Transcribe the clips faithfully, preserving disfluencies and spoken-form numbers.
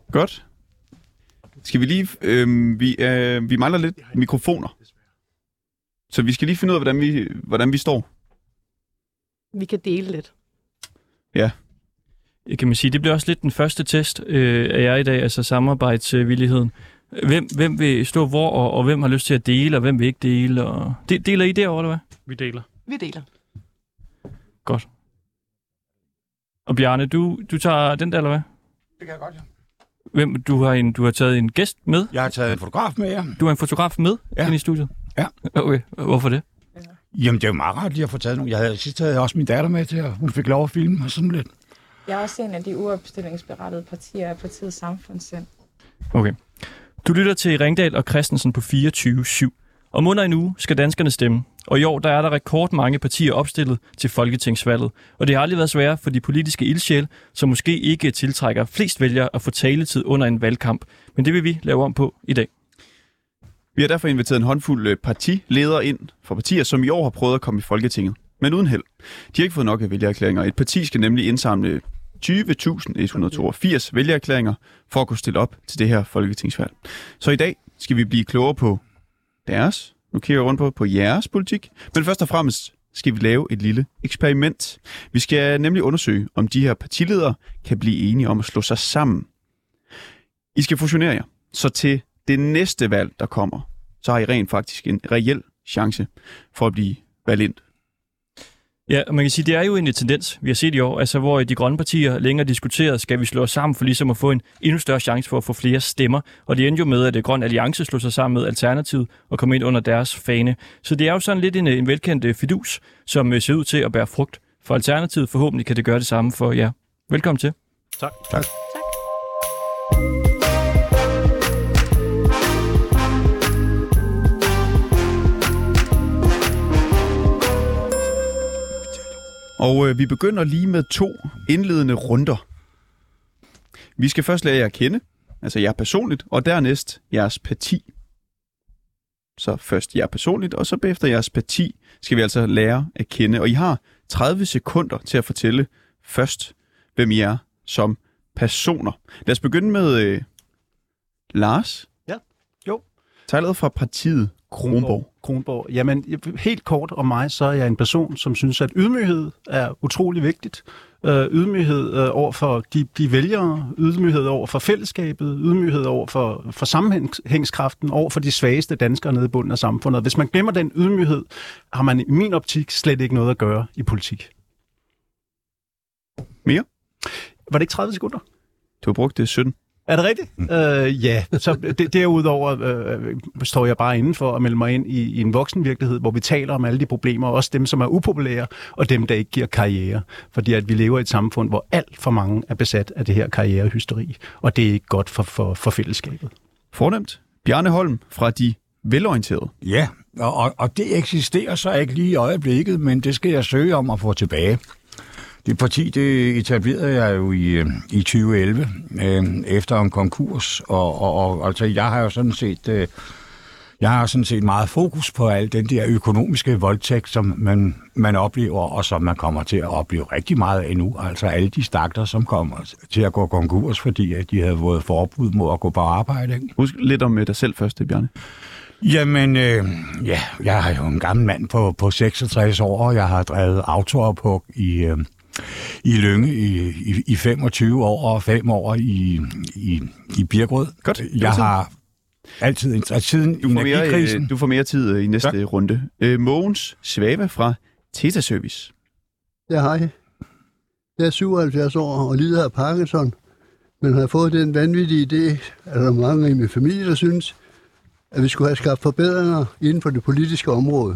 Godt. Skal vi lige... Øh, vi, øh, vi mangler lidt mikrofoner. Så vi skal lige finde ud af, hvordan vi, hvordan vi står. Vi kan dele lidt. Ja. Kan man sige, det bliver også lidt den første test øh, af jer i dag, altså samarbejdsvilligheden. Hvem, hvem vil stå hvor, og, og hvem har lyst til at dele, og hvem vil ikke dele? Og... De, deler I derovre, eller hvad? Vi deler. Vi deler. Godt. Og Bjarne, du, du tager den der, eller hvad? Det kan jeg godt, ja. Hvem, du, har en, du har taget en gæst med? Jeg har taget en fotograf med, ja. Du har en fotograf med ja. ind i studiet? Ja. Okay, hvorfor det? Ja. Jamen, det er jo meget rart lige at få taget nogle. Jeg havde sidst havde jeg også min datter med til, at hun fik lov at filme og sådan lidt. Jeg er også en af de uopstillingsberettede partier af partiets samfundssind. Okay. Du lytter til Ringdal og Christensen på fireogtyve syv. Om under en uge skal danskerne stemme, og i år der er der rekordmange partier opstillet til folketingsvalget. Og det har aldrig været svært for de politiske ildsjæle, som måske ikke tiltrækker flest vælgere at få taletid under en valgkamp. Men det vil vi lave om på i dag. Vi har derfor inviteret en håndfuld partiledere ind for partier, som i år har prøvet at komme i Folketinget, men uden held. De har ikke fået nok af vælgererklæringer. Et parti skal nemlig indsamle tyve tusind et hundrede og toogfirs vælgererklæringer for at kunne stille op til det her folketingsvalg. Så i dag skal vi blive klogere på deres, nu kigger jeg rundt på, på jeres politik, men først og fremmest skal vi lave et lille eksperiment. Vi skal nemlig undersøge, om de her partiledere kan blive enige om at slå sig sammen. I skal fusionere jer, så til det næste valg, der kommer, så har I rent faktisk en reel chance for at blive valgt ind. Ja, og man kan sige, det er jo en tendens, vi har set i år, altså hvor de grønne partier længere diskuteret, skal vi slå os sammen for ligesom at få en endnu større chance for at få flere stemmer. Og det endte jo med, at Grøn Alliance slog sig sammen med Alternativet og kom ind under deres fane. Så det er jo sådan lidt en, en velkendt fidus, som ser ud til at bære frugt for Alternativet. Forhåbentlig kan det gøre det samme for jer. Velkommen til. Tak. Tak. Og øh, vi begynder lige med to indledende runder. Vi skal først lære jer at kende, altså jer personligt, og dernæst jeres parti. Så først jer personligt, og så bagefter jeres parti skal vi altså lære at kende. Og I har tredive sekunder til at fortælle først, hvem I er som personer. Lad os begynde med øh, Lars. Ja, jo. Taget fra partiet Kronborg. Kronborg. Jamen, helt kort om mig, så er jeg en person, som synes, at ydmyghed er utrolig vigtigt. Øh, ydmyghed øh, over for de, de vælgere, ydmyghed over for fællesskabet, ydmyghed over for, for sammenhængskraften, over for de svageste danskere nede i bunden af samfundet. Hvis man glemmer den ydmyghed, har man i min optik slet ikke noget at gøre i politik. Mere? Var det ikke tredive sekunder? Du har brugt det sytten. Er det rigtigt? Mm. Øh, ja, så det, derudover øh, står jeg bare inden for at melde mig ind i, i en voksenvirkelighed, hvor vi taler om alle de problemer, også dem, som er upopulære, og dem, der ikke giver karriere. Fordi at vi lever i et samfund, hvor alt for mange er besat af det her karrierehysteri, og det er ikke godt for, for, for fællesskabet. Fornemt. Bjarne Holm fra De Velorienterede. Ja, og, og det eksisterer så ikke lige i øjeblikket, men det skal jeg søge om at få tilbage. Det parti, det etablerede jeg jo i, i tyve elleve, øh, efter en konkurs, og, og, og altså, jeg har jo sådan set, øh, jeg har sådan set meget fokus på al den der økonomiske voldtægt, som man, man oplever, og som man kommer til at opleve rigtig meget endnu. Altså alle de stakler, som kommer til at gå konkurs, fordi at de havde fået forbud mod at gå på arbejde. Ikke? Husk lidt om dig selv først, Bjarne. Jamen, øh, ja, jeg er jo en gammel mand på, på seksogtres år, og jeg har drevet autoophug i... Øh, i Lynge i, i, i femogtyve år og fem år i, i, i Birkerød. Godt. Jeg har altid interesseret siden du får energikrisen. Mere, du får mere tid i næste ja. runde. Øh, Mogens Svave fra Teta Service. Ja, hej. Jeg er syvoghalvfjerds år og lider af Parkinson, men har fået den vanvittige idé, at der er mange i min familie, der synes, at vi skulle have skabt forbedringer inden for det politiske område.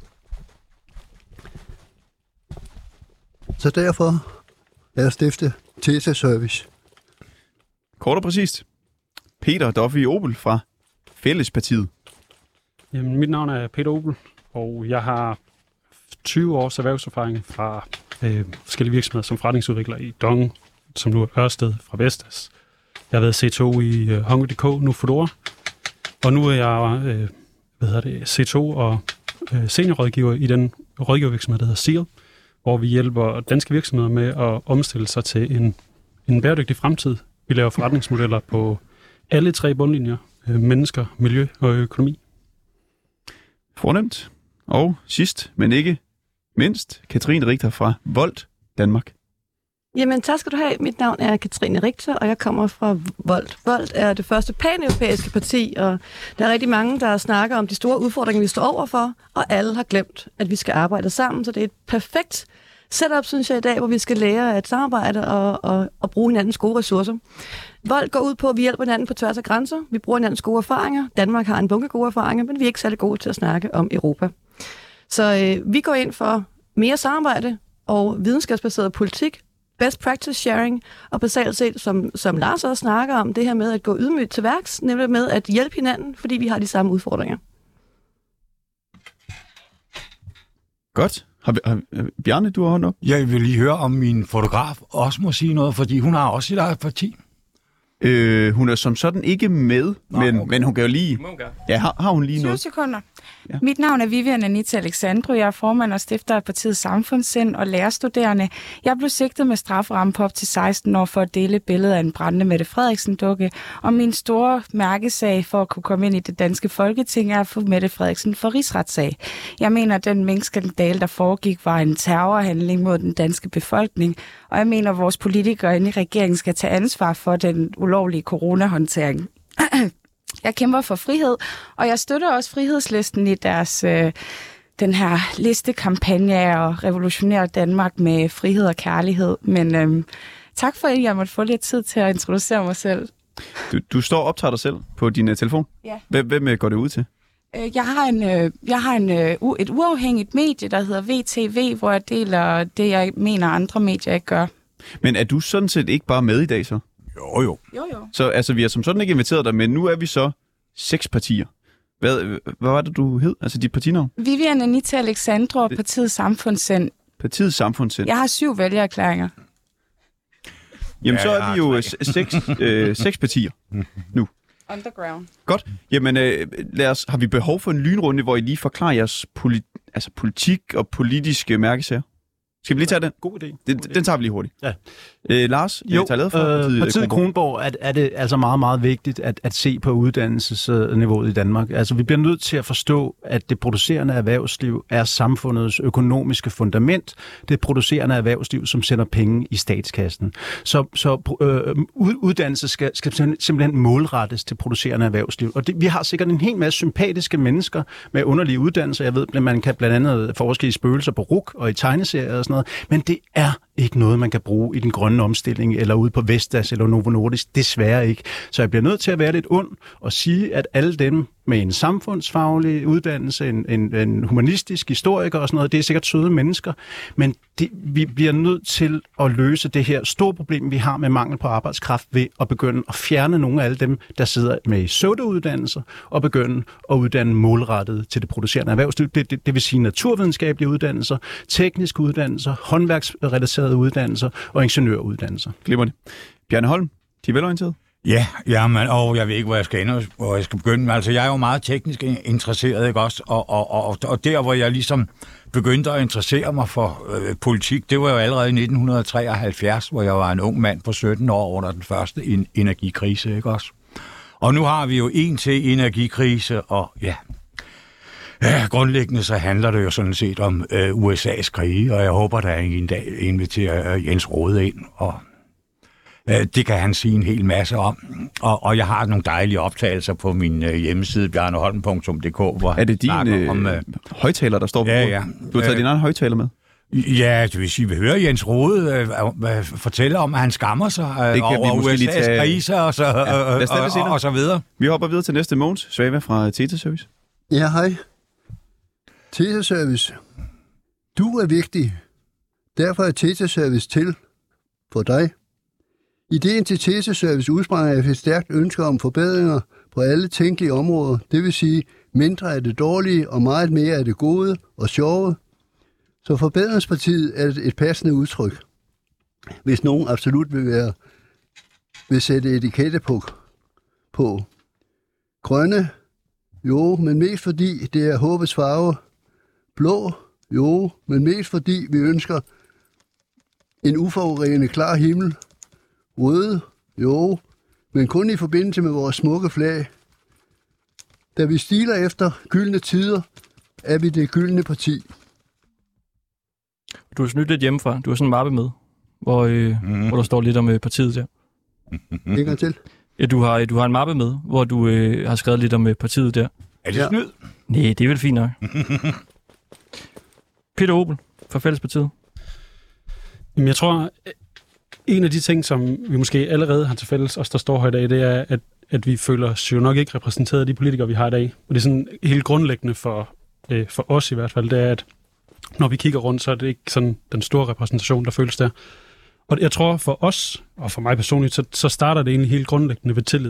Så derfor er jeg stiftet Tesa Service. Kort og præcist. Peter Duffy Opel fra Fællespartiet. Jamen, mit navn er Peter Opel, og jeg har tyve års erhvervserfaring fra øh, forskellige virksomheder som forretningsudvikler i Dong, som nu er Ørsted fra Vestas. Jeg har været C to i øh, Hunger punktum d k, nu Fodora, og nu er jeg øh, hvad hedder det, C to og øh, seniorrådgiver i den rådgivervirksomhed, der hedder Seal, hvor vi hjælper danske virksomheder med at omstille sig til en, en bæredygtig fremtid Vi laver forretningsmodeller på alle tre bundlinjer. Øh, mennesker, miljø og økonomi. Fornemt. Og sidst, men ikke mindst, Katrine Richter fra Volt Danmark. Jamen, tak skal du have. Mit navn er Katrine Richter, og jeg kommer fra Volt. Volt er det første pan-europæiske parti, og der er rigtig mange, der snakker om de store udfordringer, vi står overfor, og alle har glemt, at vi skal arbejde sammen, så det er et perfekt setup, synes jeg, i dag, hvor vi skal lære at samarbejde og, og, og bruge hinandens gode ressourcer. Volt går ud på, at vi hjælper hinanden på tværs af grænser. Vi bruger hinandens gode erfaringer. Danmark har en bunke gode erfaringer, men vi er ikke særlig gode til at snakke om Europa. Så øh, vi går ind for mere samarbejde og videnskabsbaseret politik, best practice sharing, og basalt set, som, som Lars også snakker om, det her med at gå ydmygt til værks, nemlig med at hjælpe hinanden, fordi vi har de samme udfordringer. Godt. Har, har, Bjarne, du har hånd op? Jeg vil lige høre, om min fotograf også må sige noget, fordi hun har også sit eget parti. Øh, hun er som sådan ikke med, Nå, men, okay. men hun kan jo lige... Ja, har, har hun lige tyve noget? sekunder. Ja. Mit navn er Vivian Anita Alexandru. Jeg er formand og stifter af partiet Samfundssind og lærerstuderende. Jeg blev sigtet med strafferamme på op til seksten år for at dele billedet af en brændende Mette Frederiksen-dukke. Og min store mærkesag for at kunne komme ind i det danske folketing er at få Mette Frederiksen for rigsretssag. Jeg mener, at den minkskandale, der foregik, var en terrorhandling mod den danske befolkning. Og jeg mener, at vores politikere inde i regeringen skal tage ansvar for den ulovlige coronahåndtering. Jeg kæmper for frihed, og jeg støtter også Frihedslisten i deres øh, den her listekampagne og revolutionere Danmark med frihed og kærlighed. Men øh, tak for, at jeg måtte få lidt tid til at introducere mig selv. Du, du står og optager dig selv på din uh, telefon? Ja. Hvem, hvem uh, går det ud til? Jeg har, en, øh, jeg har en, øh, et uafhængigt medie, der hedder V T V, hvor jeg deler det, jeg mener, andre medier ikke gør. Men er du sådan set ikke bare med i dag så? Jo, jo. Jo, jo. Så altså, vi har som sådan ikke inviteret dig, men nu er vi så seks partier. Hvad, hvad var det, du hed? Altså dit partinavn? Vivian Anita Alexandru og partiet Samfundssind. Partiet Samfundssind. Jeg har syv vælgererklæringer. Jamen, Ja, så jeg er har vi jo tre. s- seks, øh, seks partier nu. Underground. Godt. Jamen, øh, lad os, har vi behov for en lynrunde, hvor I lige forklarer jeres poli- altså, politik og politiske mærkesager? Skal vi lige tage den? God idé. Den, God idé. den tager vi lige hurtigt. Ja. Øh, Lars, Jo, tager led for øh, partiet, partiet Kronborg. Kronborg er, er det altså meget, meget vigtigt at, at se på uddannelsesniveauet i Danmark. Altså, vi bliver nødt til at forstå, at det producerende erhvervsliv er samfundets økonomiske fundament. Det producerende erhvervsliv, som sender penge i statskassen. Så, så øh, uddannelse skal, skal simpelthen målrettes til producerende erhvervsliv. Og det, vi har sikkert en hel masse sympatiske mennesker med underlige uddannelser. Jeg ved, man kan blandt andet forske i spøgelser på R U K og i tegneserier og sådan noget. Men det er ikke noget, man kan bruge i den grønne omstilling, eller ude på Vestas eller Novo Nordisk. Desværre ikke. Så jeg bliver nødt til at være lidt ond og sige, at alle dem med en samfundsfaglig uddannelse, en, en, en humanistisk historiker og sådan noget, det er sikkert søde mennesker, men det, vi bliver nødt til at løse det her store problem, vi har med mangel på arbejdskraft ved at begynde at fjerne nogle af alle dem, der sidder med pseudouddannelser, og begynde at uddanne målrettet til det producerende erhvervsliv. Det, det, det vil sige naturvidenskabelige uddannelser, tekniske uddannelser, håndværksrelaterede uddannelser og ingeniøruddannelser. Glimrende. Bjarne Holm, de er velorienterede. Ja, jamen, og jeg ved ikke, hvor jeg skal ende, hvor jeg skal begynde. Altså, jeg er jo meget teknisk interesseret, ikke også? Og, og, og, og der, hvor jeg ligesom begyndte at interessere mig for øh, politik, det var jo allerede i nitten treoghalvfjerds, hvor jeg var en ung mand på sytten år under den første en- energikrise, ikke også? Og nu har vi jo en til energikrise, og ja, ja, grundlæggende så handler det jo sådan set om øh, U S A's krige, og jeg håber, der en dag inviterer øh, Jens Rohde ind, og det kan han sige en hel masse om. Og, og jeg har nogle dejlige optagelser på min øh, hjemmeside, bjarneholm punktum d k, hvor Er det din øh, om, øh, højtaler, der står på ja, bordet? ja. Du har taget Øh, din egen højtaler med? Ja, det vil sige, vi hører Jens Rohde øh, øh, fortælle om, at han skammer sig øh, Det kan vi over måske U S lige A's tage- kriser og så, øh, lad os tage det og, senere. og, og så videre. Vi hopper videre til næste Mogens Svava fra Teta Service. Ja, hej. Teta Service. Du er vigtig. Derfor er Teta Service til for dig. Ideen til Teta Service udspringer af et stærkt ønske om forbedringer på alle tænkelige områder. Det vil sige mindre af det dårlige og meget mere af det gode og sjove. Så Forbedringspartiet er et passende udtryk. Hvis nogen absolut vil være vil sætte etikette på. på. Grønne, jo, men mest fordi det er håbets farve. Blå, jo, men mest fordi vi ønsker en uforurenet klar himmel. Røde, Jo, men kun i forbindelse med vores smukke flag. Da vi stiler efter gyldne tider, er vi det gyldne parti. Du har snydt lidt hjemmefra. Du har sådan en mappe med, hvor, øh, mm. hvor der står lidt om øh, partiet der. En gang til. Ja, du har, du har en mappe med, hvor du øh, har skrevet lidt om øh, partiet der. Er det ja. snyd? Nej, det er vel fint nok. Peter Obel fra Fællespartiet. Jamen, jeg tror, en af de ting, som vi måske allerede har til fælles, os der står her i dag, det er, at, at vi føler os jo nok ikke repræsenteret af de politikere, vi har i dag. Og det er sådan helt grundlæggende for, øh, for os i hvert fald, det er, at når vi kigger rundt, så er det ikke sådan den store repræsentation, der føles der. Og jeg tror for os, og for mig personligt, så, så starter det egentlig helt grundlæggende ved tillid.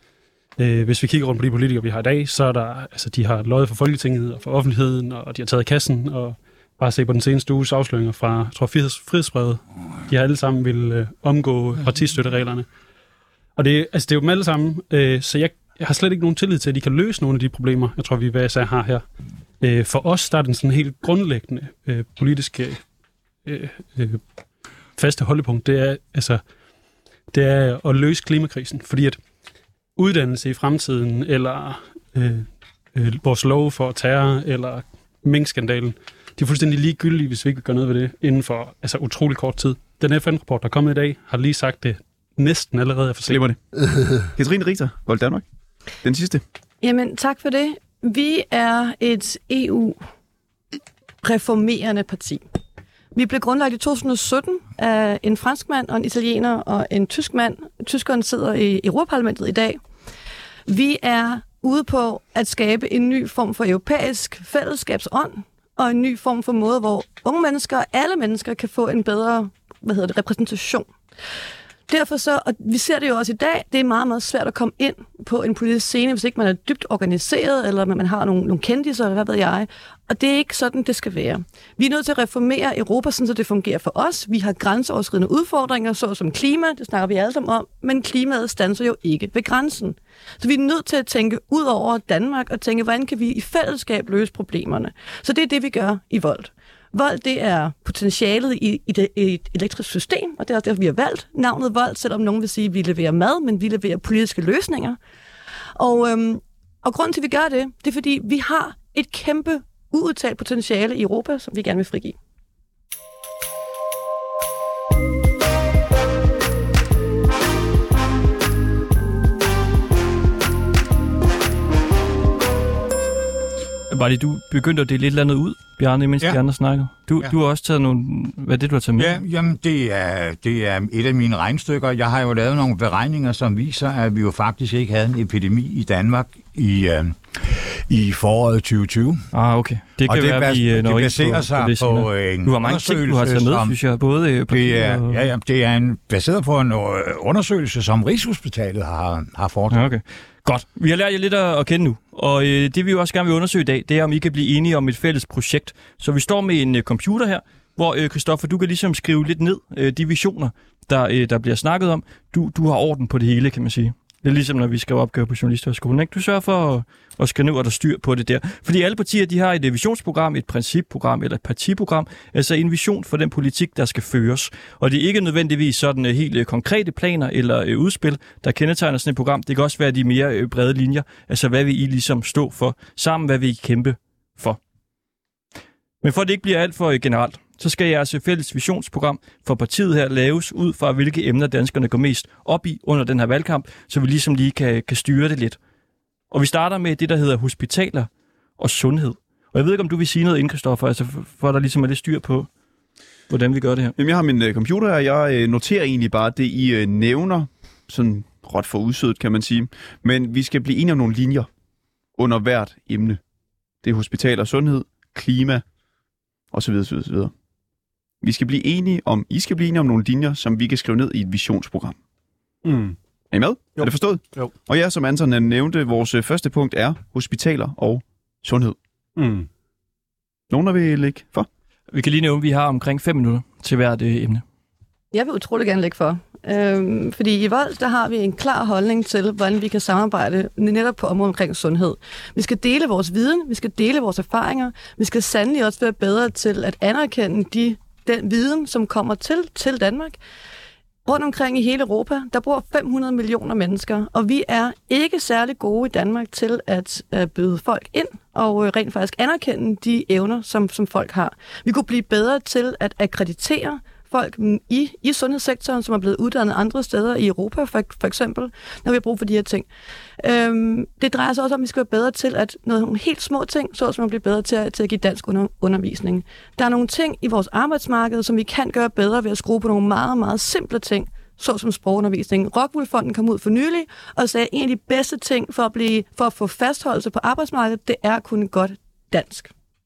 Øh, hvis vi kigger rundt på de politikere, vi har i dag, så er der, altså de har løjet for Folketinget og for offentligheden, og de har taget kassen, og bare se på den seneste uges afsløringer fra, jeg tror, frihedsbrevet. De har alle sammen vil øh, omgå partistøttereglerne. Og det, altså, det er jo dem alle sammen, øh, så jeg, jeg har slet ikke nogen tillid til, at de kan løse nogle af de problemer, jeg tror, vi hver især har her. Øh, for os der er den sådan helt grundlæggende øh, politiske øh, øh, faste holdepunkt, det er, altså, det er at løse klimakrisen. Fordi at uddannelse i fremtiden, eller øh, øh, vores lov for terror, eller minkskandalen, de er fuldstændig ligegyldige, hvis vi ikke gør noget ved det inden for altså, utrolig kort tid. Den F N-rapport, der er kommet i dag, har lige sagt det næsten allerede er for sent. det. Katrine Richter, Volt Danmark. Den sidste. Jamen, tak for det. Vi er et E U-reformerende parti. Vi blev grundlagt i to tusind og sytten af en franskmand og en italiener og en tysk mand. Tyskeren sidder i Europaparlamentet i dag. Vi er ude på at skabe en ny form for europæisk fællesskabsånd og en ny form for måde, hvor unge mennesker og alle mennesker kan få en bedre hvad hedder det, repræsentation. Derfor så, og vi ser det jo også i dag, det er meget, meget svært at komme ind på en politisk scene, hvis ikke man er dybt organiseret, eller man har nogle, nogle kendiser, eller hvad ved jeg. Og det er ikke sådan, det skal være. Vi er nødt til at reformere Europa, så det fungerer for os. Vi har grænseoverskridende udfordringer, såsom klima, det snakker vi alle sammen om, men klimaet standser jo ikke ved grænsen. Så vi er nødt til at tænke ud over Danmark, og tænke, hvordan kan vi i fællesskab løse problemerne. Så det er det, vi gør i Volt. Volt, det er potentialet i, i, det, i et elektrisk system, og det er også derfor, vi har valgt navnet Volt, selvom nogen vil sige, at vi leverer mad, men vi leverer politiske løsninger. Og, øhm, og grunden til, at vi gør det, det er, fordi vi har et kæmpe uudtalt potentiale i Europa, som vi gerne vil frigive. Bare lige, du begyndte at dele et eller andet ud, Bjarne, mens ja. de andre snakkede. Du, ja. du har også taget nogle... Hvad er det, du har taget med? Ja, jamen, det er, det er et af mine regnstykker. Jeg har jo lavet nogle beregninger, som viser, at vi jo faktisk ikke havde en epidemi i Danmark i, øh, i foråret tyve tyve. Ah, okay. Det kan og være, det, vi når det baserer på, sig på, på en du har mange ting, du har taget med, synes jeg. Både det er, og... ja, ja, det er en, baseret på en undersøgelse, som Rigshospitalet har, har foretaget. Ja, okay. Godt. Vi har lært jer lidt at kende nu, og øh, det vi jo også gerne vil undersøge i dag, det er, om I kan blive enige om et fælles projekt. Så vi står med en øh, computer her, hvor, øh, Christoffer, du kan ligesom skrive lidt ned øh, de visioner, der, øh, der bliver snakket om. Du, du har orden på det hele, kan man sige. Det er ligesom, når vi skriver opgaver på Journalisthøjskolen, ikke? Du sørger for at, at skrive ned, og der styr på det der. Fordi alle partier, de har et visionsprogram, et principprogram eller et partiprogram, altså en vision for den politik, der skal føres. Og det er ikke nødvendigvis sådan uh, helt uh, konkrete planer eller uh, udspil, der kendetegner sådan et program. Det kan også være de mere uh, brede linjer, altså hvad vil I ligesom stå for sammen, hvad vil I kæmpe for. Men for at det ikke bliver alt for uh, generelt, så skal jeres fælles visionsprogram for partiet her laves ud fra, hvilke emner danskerne går mest op i under den her valgkamp, så vi ligesom lige kan, kan styre det lidt. Og vi starter med det, der hedder hospitaler og sundhed. Og jeg ved ikke, om du vil sige noget inden, Christoffer, altså for at der ligesom er lidt styr på, hvordan vi gør det her. Jamen, jeg har min uh, computer her, jeg uh, noterer egentlig bare det, I uh, nævner, sådan råt for udsødet, kan man sige. Men vi skal blive enige om nogle linjer under hvert emne. Det er hospitaler og sundhed, klima osv. osv., osv. Vi skal blive enige om, I skal blive enige om nogle linjer, som vi kan skrive ned i et visionsprogram. Mm. Er I med? Jo. Er det forstået? Jo. Og ja, som Anton nævnte, vores første punkt er hospitaler og sundhed. Mm. Nogen, der vil lægge for? Vi kan lige nævne, at vi har omkring fem minutter til hvert øh, emne. Jeg vil utrolig gerne lægge for. Øhm, fordi i Volt, der har vi en klar holdning til, hvordan vi kan samarbejde netop på området omkring sundhed. Vi skal dele vores viden, vi skal dele vores erfaringer, vi skal sandelig også være bedre til at anerkende de, den viden, som kommer til, til Danmark. Rundt omkring i hele Europa, der bor fem hundrede millioner mennesker, og vi er ikke særlig gode i Danmark til at uh, byde folk ind og uh, rent faktisk anerkende de evner, som, som folk har. Vi kunne blive bedre til at akkreditere folk i, i sundhedssektoren, som er blevet uddannet andre steder i Europa, for, for eksempel, når vi har brug for de her ting. Øhm, det drejer sig også om, at vi skal være bedre til at nogle helt små ting, så som at blive bedre til at, til at give dansk under, undervisning. Der er nogle ting i vores arbejdsmarked, som vi kan gøre bedre ved at skrue på nogle meget, meget simple ting, såsom sprogundervisning. Rockwool-fonden kom ud for nylig og sagde, at en af de bedste ting for at, blive, for at få fastholdelse på arbejdsmarkedet, det er at kunne godt dansk.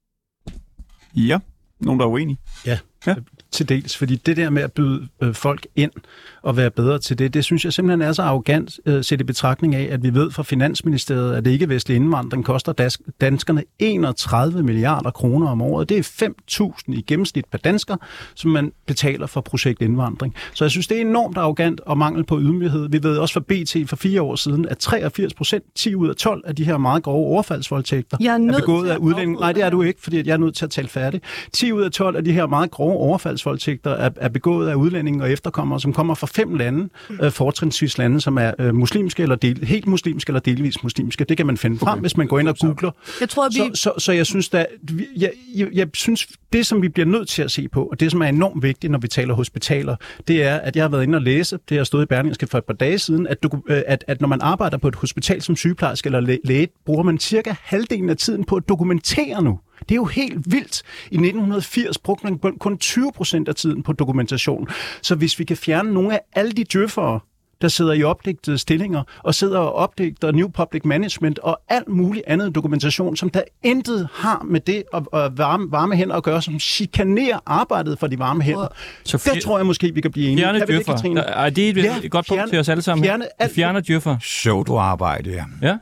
Ja, nogen der er uenige. Ja. Ja. Til dels, fordi det der med at byde øh, folk ind og være bedre til det, det synes jeg simpelthen er så arrogant øh, set i betragtning af, at vi ved fra Finansministeriet, at det ikke-vestlige indvandring koster das- danskerne enogtredive milliarder kroner om året. Det er fem tusind i gennemsnit per dansker, som man betaler for projektindvandring. Så jeg synes, det er enormt arrogant og mangel på ydmyghed. Vi ved også fra B T for fire år siden, at treogfirs procent, ti ud af tolv af de her meget grove overfaldsvoldtægter er, er begået af udlændinge. Nej, det er du ikke, fordi jeg er nødt til at tale færdigt. ti ud af tolv af de her meget grove overfaldsvoldtægter er, er begået af udlændinge og efterkommere, som kommer fra fem lande, øh, fortrinsvis lande, som er øh, muslimske eller del, helt muslimske eller delvis muslimske. Det kan man finde frem, okay, hvis man går ind og googler. Jeg tror, vi... så, så, så jeg synes, da, jeg, jeg, jeg synes, det som vi bliver nødt til at se på, og det som er enormt vigtigt, når vi taler hospitaler, det er, at jeg har været inde og læse, det har stået i Berlingske for et par dage siden, at, du, at, at når man arbejder på et hospital som sygeplejerske eller læ- læge, bruger man cirka halvdelen af tiden på at dokumentere nu. Det er jo helt vildt. I nitten firs brugte man kun tyve procent af tiden på dokumentation. Så hvis vi kan fjerne nogle af alle de djøffere, der sidder i opdigtede stillinger, og sidder og opdigter New Public Management og alt muligt andet dokumentation, som der intet har med det at, at varme, varme hænder at gøre, som chikanerer arbejdet for de varme hænder. Så fjer... Det tror jeg måske, vi kan blive enige. Fjerne djøffer. Er det et ja, godt punkt til os alle sammen? Fjerne, alt... Fjerne djøffer. Pseudo-arbejde, ja. Ja?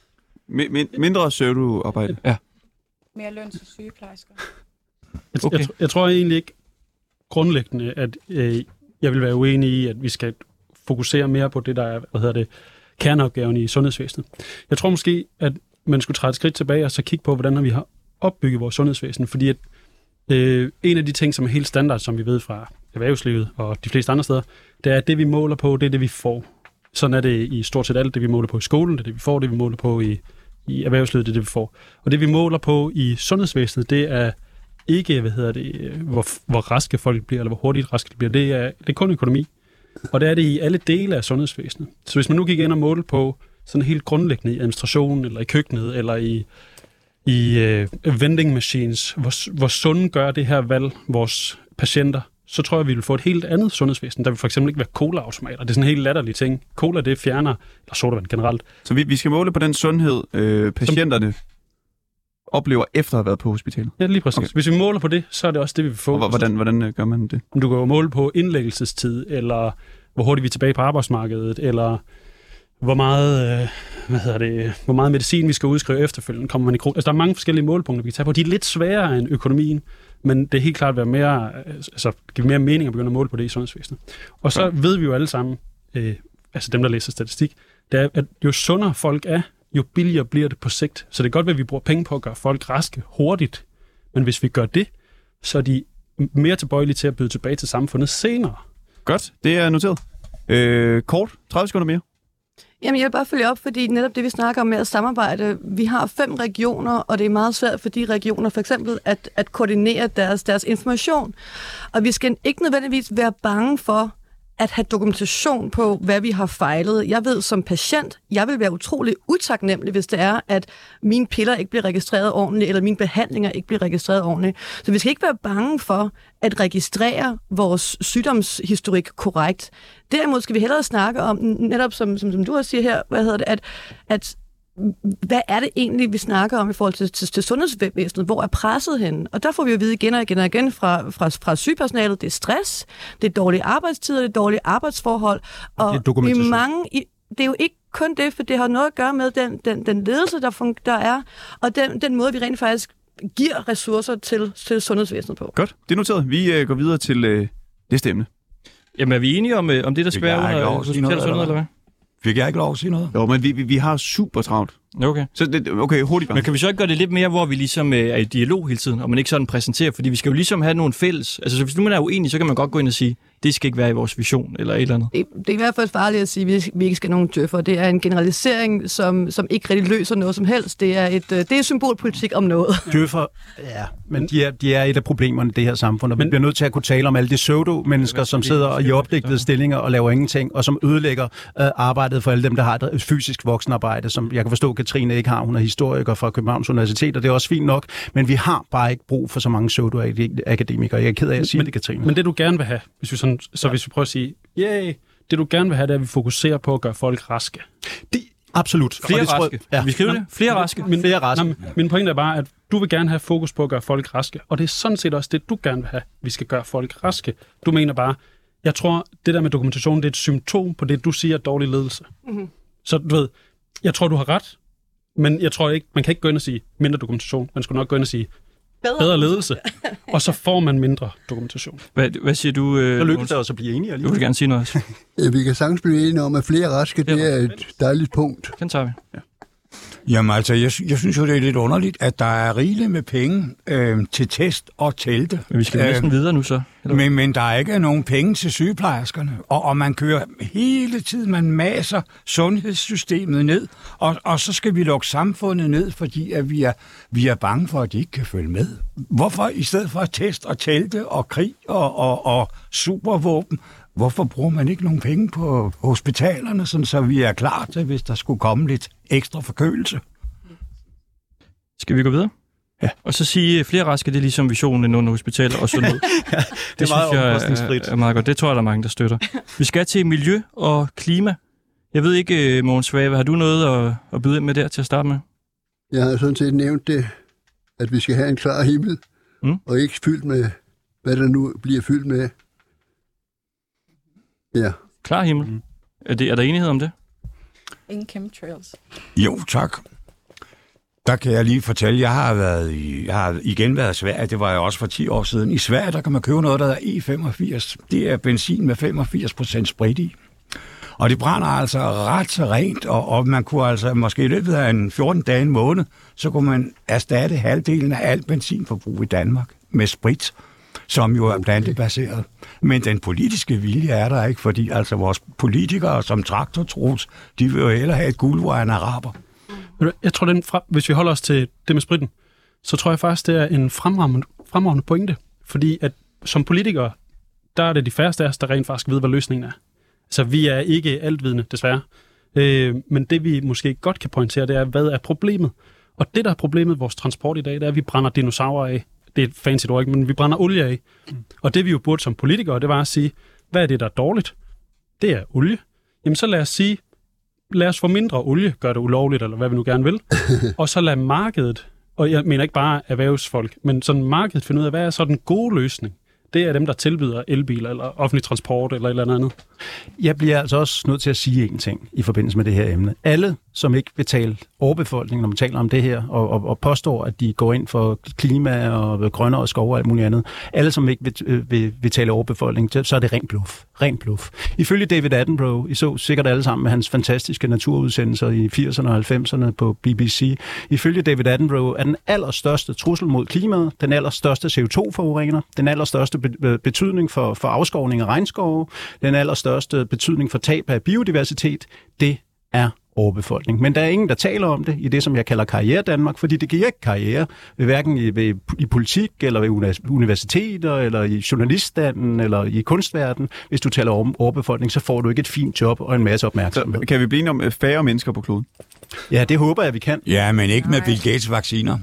Min- mindre pseudo-arbejde. Ja. Mere løn til sygeplejersker. Jeg, okay. jeg, jeg tror egentlig ikke grundlæggende, at øh, jeg vil være uenig i, at vi skal fokusere mere på det, der er, hvad hedder det, kerneopgaven i sundhedsvæsenet. Jeg tror måske, at man skulle træde et skridt tilbage og så kigge på, hvordan vi har opbygget vores sundhedsvæsen, fordi at øh, en af de ting, som er helt standard, som vi ved fra erhvervslivet og de fleste andre steder, det er, at det, vi måler på, det er det, vi får. Sådan er det i stort set alt det, vi måler på i skolen, det er det, vi får, det vi måler på i i erhvervslivet, det er det, vi får. Og det, vi måler på i sundhedsvæsenet, det er ikke, hvad hedder det, hvor, hvor raske folk bliver, eller hvor hurtigt raske de bliver. Det er, det er kun økonomi. Og det er det i alle dele af sundhedsvæsenet. Så hvis man nu gik ind og målte på sådan helt grundlæggende i administrationen, eller i køkkenet, eller i, i uh, vending machines, hvor, hvor sunde gør det her valg vores patienter, så tror jeg, vi vil få et helt andet sundhedsvæsen. Der vil for eksempel ikke være cola-automater. Det er sådan en helt latterlig ting. Cola, det fjerner, eller sodavand generelt. Så vi, vi skal måle på den sundhed, øh, patienterne Som... oplever efter at have været på hospitalet? Ja, lige præcis. Okay. Hvis vi måler på det, så er det også det, vi vil få. Og hvordan, hvordan gør man det? Du kan jo måle på indlæggelsestid, eller hvor hurtigt vi er tilbage på arbejdsmarkedet, eller hvor meget, øh, hvad hedder det, hvor meget medicin vi skal udskrive efterfølgende. Kommer man i altså, der er mange forskellige målepunkter, vi kan tage på. De er lidt sværere end økonomien, men det er helt klart at være mere, altså, give mere mening at begynde at måle på det i sundhedsvæsenet. Og så okay. ved vi jo alle sammen, øh, altså dem, der læser statistik, det er, at jo sundere folk er, jo billigere bliver det på sigt. Så det er godt, at vi bruger penge på at gøre folk raske hurtigt, men hvis vi gør det, så er de mere tilbøjelige til at byde tilbage til samfundet senere. Godt, det er noteret. Øh, kort, tredive sekunder mere. Jamen, jeg vil bare følge op, fordi netop det, vi snakker om med at samarbejde, vi har fem regioner, og det er meget svært for de regioner for eksempel at, at koordinere deres, deres information. Og vi skal ikke nødvendigvis være bange for at have dokumentation på, hvad vi har fejlet. Jeg ved som patient, jeg vil være utrolig utaknemmelig, hvis det er, at mine piller ikke bliver registreret ordentligt, eller mine behandlinger ikke bliver registreret ordentligt. Så vi skal ikke være bange for at registrere vores sygdomshistorik korrekt. Derimod skal vi hellere snakke om, netop som, som, som du også siger her, hvad hedder det, at, at hvad er det egentlig, vi snakker om i forhold til, til, til sundhedsvæsenet? Hvor er presset henne? Og der får vi jo at vide igen og igen og igen fra, fra, fra sygpersonalet, det er stress, det er dårlige arbejdstider, det er dårlige arbejdsforhold. Og det er, vi mange, det er jo ikke kun det, for det har noget at gøre med den, den, den ledelse, der, fun- der er, og den, den måde, vi rent faktisk giver ressourcer til, til sundhedsvæsenet på. Godt, det er noteret. Vi øh, går videre til øh, næste emne. Jamen er vi enige om, øh, om det, der skal være under hospital og sundhed, eller hvad? Fik jeg ikke lov at sige noget? Jo, men vi, vi, vi har super travlt. Okay. Så det, okay, hurtigt bare. Men kan vi så ikke gøre det lidt mere, hvor vi ligesom øh, er i dialog hele tiden, og man ikke sådan præsenterer? Fordi vi skal jo ligesom have nogle fælles... Altså, så hvis nu man er uenig, så kan man godt gå ind og sige, det skal ikke være i vores vision, eller et eller andet. Det, det er i hvert fald farligt at sige, at vi ikke skal have nogen djøffer. Det er en generalisering, som, som ikke rigtig løser noget som helst. Det er, et, det er symbolpolitik om noget. Djøffer, ja, men de er, de er et af problemerne i det her samfund, og vi bliver nødt til at kunne tale om alle de pseudo-mennesker, som sidder i opdigtede stillinger og laver ingenting, og som ødelægger øh, arbejdet for alle dem, der har et fysisk voksenarbejde, som jeg kan forstå, at Katrine ikke har. Hun er historiker fra Københavns Universitet, og det er også fint nok, men vi har bare ikke brug for så mange pseudo-akademikere. Jeg er ked af at sige men, det, Katrine. Men det, du gerne vil have, hvis vi, sådan, så ja. hvis vi prøver at sige, yay, det du gerne vil have, det er, at vi fokuserer på at gøre folk raske. Det, absolut. Flere det, raske. Ja. Vi skriver det. Flere raske. Min, Flere raske. Nå, min pointe er bare, at du vil gerne have fokus på at gøre folk raske, og det er sådan set også det, du gerne vil have. Vi skal gøre folk raske. Du mener bare, jeg tror, det der med dokumentation, det er et symptom på det, du siger er dårlig ledelse. Mm-hmm. Så du ved, jeg tror, du har ret, men jeg tror ikke, man kan ikke gå ind og sige mindre dokumentation. Man skulle nok gå ind og sige bedre, bedre ledelse, og så får man mindre dokumentation. Hvad, hvad siger du? Øh, så lykkes det også at blive enige. Du vil gerne sige noget også. Ja, vi kan sagtens blive enige om, at flere raske, det er et dejligt punkt. Den tager vi. Ja. Jamen altså, jeg, jeg synes jo, det er lidt underligt, at der er rigeligt med penge øh, til test og telte. Men vi skal øh, næsten videre nu så. Men, men der er ikke nogen penge til sygeplejerskerne, og, og man kører hele tiden, man maser sundhedssystemet ned, og, og så skal vi lukke samfundet ned, fordi at vi, er, vi er bange for, at de ikke kan følge med. Hvorfor i stedet for at teste og telte og krig og, og, og supervåben, hvorfor bruger man ikke nogen penge på hospitalerne, sådan så vi er klar til, hvis der skulle komme lidt ekstra forkølelse? Skal vi gå videre? Ja. Og så sige, flere raske, det er ligesom visionen under hospitaler og sådan noget. ja, det, det er meget omkostningsfrit. Er, er meget godt. Det tror jeg, der er mange, der støtter. Vi skal til miljø og klima. Jeg ved ikke, Mogens Svave, har du noget at, at byde ind med der til at starte med? Jeg har sådan set nævnt det, at vi skal have en klar himmel, mm. og ikke fyldt med, hvad der nu bliver fyldt med. Ja. Klar himmel. Mm. Er, det, er der enighed om det? Ingen chemtrails. Jo, tak. Der kan jeg lige fortælle, jeg har været i, jeg har igen været i Sverige, det var jeg også for ti år siden. I Sverige, der kan man købe noget, der er E femogfirs. Det er benzin med femogfirs procent sprit i. Og det brænder altså ret så rent, og, og man kunne altså måske i løbet af en fjorten dage, en måned, så kunne man erstatte halvdelen af alt benzinforbrug i Danmark med sprit, som jo er plantebaseret. Men den politiske vilje er der ikke, fordi altså vores politikere som traktortros, de vil jo hellere have et guld, hvor en araber. Jeg tror, den fra, hvis vi holder os til det med spritten, så tror jeg faktisk, det er en fremragende, fremragende pointe. Fordi at som politikere, der er det de færreste af os, der rent faktisk ved, hvad løsningen er. Så vi er ikke altvidende, desværre. Øh, men det vi måske godt kan pointere, det er, hvad er problemet? Og det, der er problemet med vores transport i dag, det er, at vi brænder dinosaurer af. Det er et fancy ord, ikke? Men vi brænder olie af. Mm. Og det vi jo burde som politikere, det var at sige, hvad er det, der er dårligt? Det er olie. Jamen så lad os sige, lad os få mindre olie, gør det ulovligt, eller hvad vi nu gerne vil. Og så lad markedet, og jeg mener ikke bare erhvervsfolk, men sådan markedet finde ud af, hvad er så den gode løsning? Det er dem, der tilbyder elbiler, eller offentlig transport, eller et eller andet. Jeg bliver altså også nødt til at sige en ting i forbindelse med det her emne. Alle, som ikke vil tale overbefolkning, når man taler om det her, og, og, og påstår, at de går ind for klima og grønnere skov og alt muligt andet, alle, som ikke vil, vil, vil tale overbefolkning, så er det ren bluff. Ren bluff. Ifølge David Attenborough, I så sikkert alle sammen med hans fantastiske naturudsendelser i firserne og halvfemserne på B B C, ifølge David Attenborough er den allerstørste trussel mod klimaet, den allerstørste C O to forurener, den allerstørste betydning for, for afskovning af regnskove, den allerstørste betydning for tab af biodiversitet, det er overbefolkning. Men der er ingen, der taler om det i det, som jeg kalder karriere Danmark, fordi det giver ikke karriere, hverken i, ved, i politik, eller ved universiteter, eller i journaliststanden, eller i kunstverdenen. Hvis du taler om overbefolkning, så får du ikke et fint job og en masse opmærksomhed. Så kan vi blive om færre mennesker på kloden? Ja, det håber jeg, vi kan. Ja, men ikke med Bill Gates vacciner.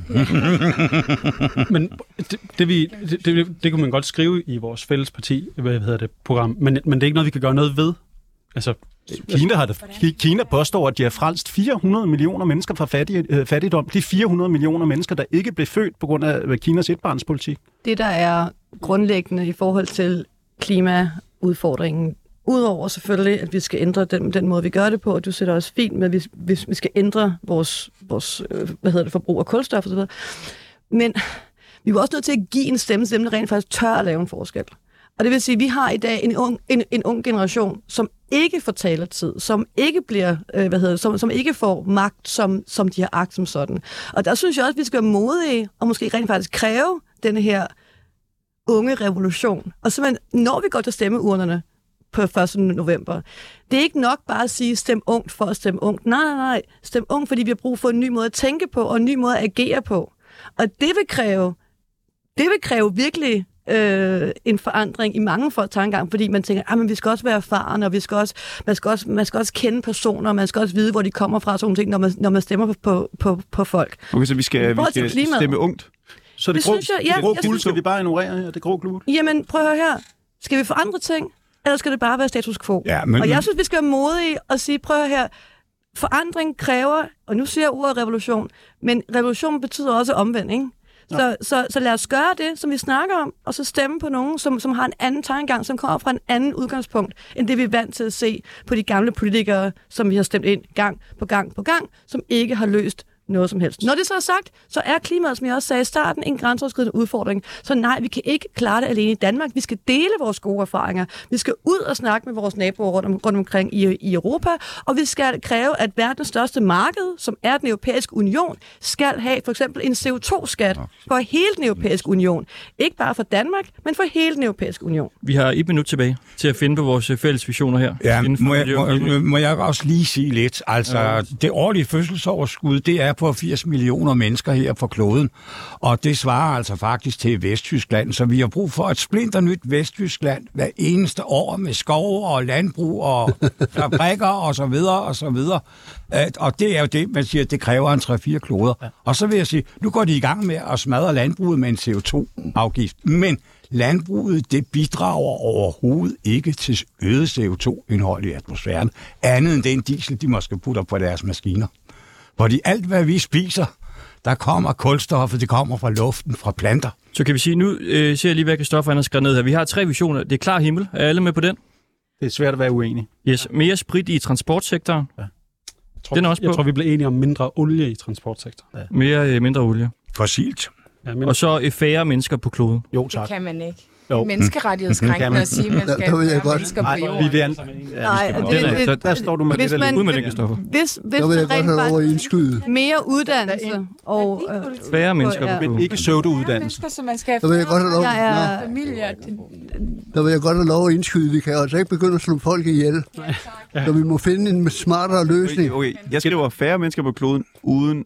men det, det, vi, det, det, det kunne man godt skrive i vores fælles parti, hvad hedder det, program, men, men det er ikke noget, vi kan gøre noget ved. Altså, Kina, har det, Kina påstår, at de har frelst fire hundrede millioner mennesker fra fattig, øh, fattigdom. De fire hundrede millioner mennesker, der ikke blev født på grund af Kinas etbarnspolitik. Det, der er grundlæggende i forhold til klimaudfordringen, udover selvfølgelig, at vi skal ændre den, den måde, vi gør det på, og du sætter også fint med, hvis, hvis vi skal ændre vores, vores øh, hvad hedder det, forbrug af kulstof og så videre. Men vi er også nødt til at give en stemme til dem, der rent faktisk tør at lave en forskel. Og det vil sige, at vi har i dag en ung, en, en ung generation, som ikke får taletid, som ikke bliver, øh, hvad hedder det, som, som ikke får magt, som, som de har agt som sådan. Og der synes jeg også, at vi skal være modige og måske rent faktisk kræve denne her unge revolution. Og simpelthen, når vi går til stemmeurnerne på første november, det er ikke nok bare at sige, stem ungt for at stemme ungt. Nej, nej, nej. Stem ungt, fordi vi har brug for en ny måde at tænke på, og en ny måde at agere på. Og det vil kræve, det vil kræve virkelig øh, en forandring i mange folks tankegang, fordi man tænker, at vi skal også være erfarne, og vi skal også, man, skal også, man skal også kende personer, og man skal også vide, hvor de kommer fra, sådan nogle ting, når man, når man stemmer på, på, på folk. Okay, så vi skal, vi skal stemme ungt? Så det, det grå, synes jeg, ja, det grå jeg guld synes, skal vi bare ignorere her, det grå guld? Jamen, prøv at høre her. Skal vi forandre ting, eller skal det bare være status quo? Ja, men, og jeg synes, vi skal være modige og sige, prøv at høre her, forandring kræver, og nu siger jeg ordet revolution, men revolution betyder også omvendt, ikke? Så, så, så lad os gøre det, som vi snakker om, og så stemme på nogen, som, som har en anden tankegang, som kommer fra en anden udgangspunkt, end det vi er vant til at se på de gamle politikere, som vi har stemt ind gang på gang på gang, som ikke har løst noget som helst. Når det så er sagt, så er klimaet, som jeg også sagde i starten, en grænseoverskridende udfordring. Så nej, vi kan ikke klare det alene i Danmark. Vi skal dele vores gode erfaringer. Vi skal ud og snakke med vores naboer rundt, om, rundt omkring i, i Europa, og vi skal kræve, at verdens største marked, som er den europæiske union, skal have for eksempel en C O to skat for hele den europæiske union. Ikke bare for Danmark, men for hele den europæiske union. Vi har et minut tilbage til at finde på vores fælles visioner her. Ja, må jeg, må, må jeg også lige sige lidt. Altså, ja. Det årlige fødselsoverskud, det er på firs millioner mennesker her på kloden, og det svarer altså faktisk til Vesttyskland, så vi har brug for et splinternyt Vesttyskland hver eneste år med skove og landbrug og fabrikker og så videre og så videre. Og det er jo det, man siger, det kræver en tre fire kloder. Ja. Og så vil jeg sige, nu går de i gang med at smadre landbruget med en C O to afgift, men landbruget, det bidrager overhovedet ikke til øget C O to indhold i atmosfæren, andet end den diesel, de måske putter på deres maskiner. Fordi alt, hvad vi spiser, der kommer kulstoffet, det kommer fra luften, fra planter. Så kan vi sige, nu øh, ser jeg lige, hvad Kristoffer har skrevet ned her. Vi har tre visioner. Det er klar himmel. Er alle med på den? Det er svært at være uenig. Yes. Mere sprit i transportsektoren. Ja. Jeg tror, den er også på. Jeg tror, vi bliver enige om mindre olie i transportsektoren. Ja. Mere øh, mindre olie. Fossilt. Ja, mindre... Og så øh, færre mennesker på kloden. Jo, tak. Det kan man ikke. Jo. Menneskerettighedskrænkende at sige, at man skal der, der være godt. mennesker Nej, på jorden. vi vil an... Nej, ja, det, det, der, der står du med hvis lidt man- Ud med det, Kristoffer. Hvis, hvis Der vil jeg man godt rent have lov at faktisk indskyde. mere uddannelse og... Øh, Færre mennesker Ja. på kloden. Men ikke pseudouddannelse. Mennesker, så man skal Der vil jeg godt have lov, Jeg er- Nå, familier. der vil jeg godt have lov at indskyde. Vi kan altså ikke begynde at slå folk ihjel. Så vi må finde en smartere løsning. Okay, okay. Jeg skriver færre mennesker på kloden uden,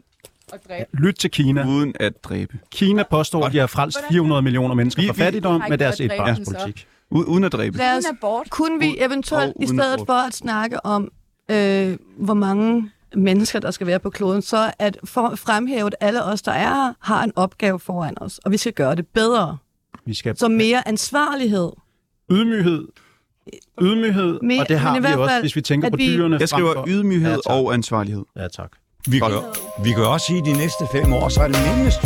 Lyt til Kina. uden at dræbe. Kina påstår, at de har frelst fire hundrede millioner mennesker Vi- fra vi- fattigdom Har med ikke deres noget at dræbe etbarnspolitik. U- uden at dræbe. Lad os, Uden abort. kunne vi eventuelt, Og i uden stedet abort. for at snakke om, øh, hvor mange mennesker, der skal være på kloden, så at for, fremhæve, at alle os, der er her, har en opgave foran os, og vi skal gøre det bedre. Vi skal Så mere ansvarlighed. ydmyghed, ydmyghed, Men- og det har men i vi hvert også, fald, hvis vi tænker at på vi- dyrene. Jeg skriver frem for- ydmyghed Ja, tak. og ansvarlighed. Ja, tak. Vi kan, vi kan også sige, at de næste fem år, så er det mindst.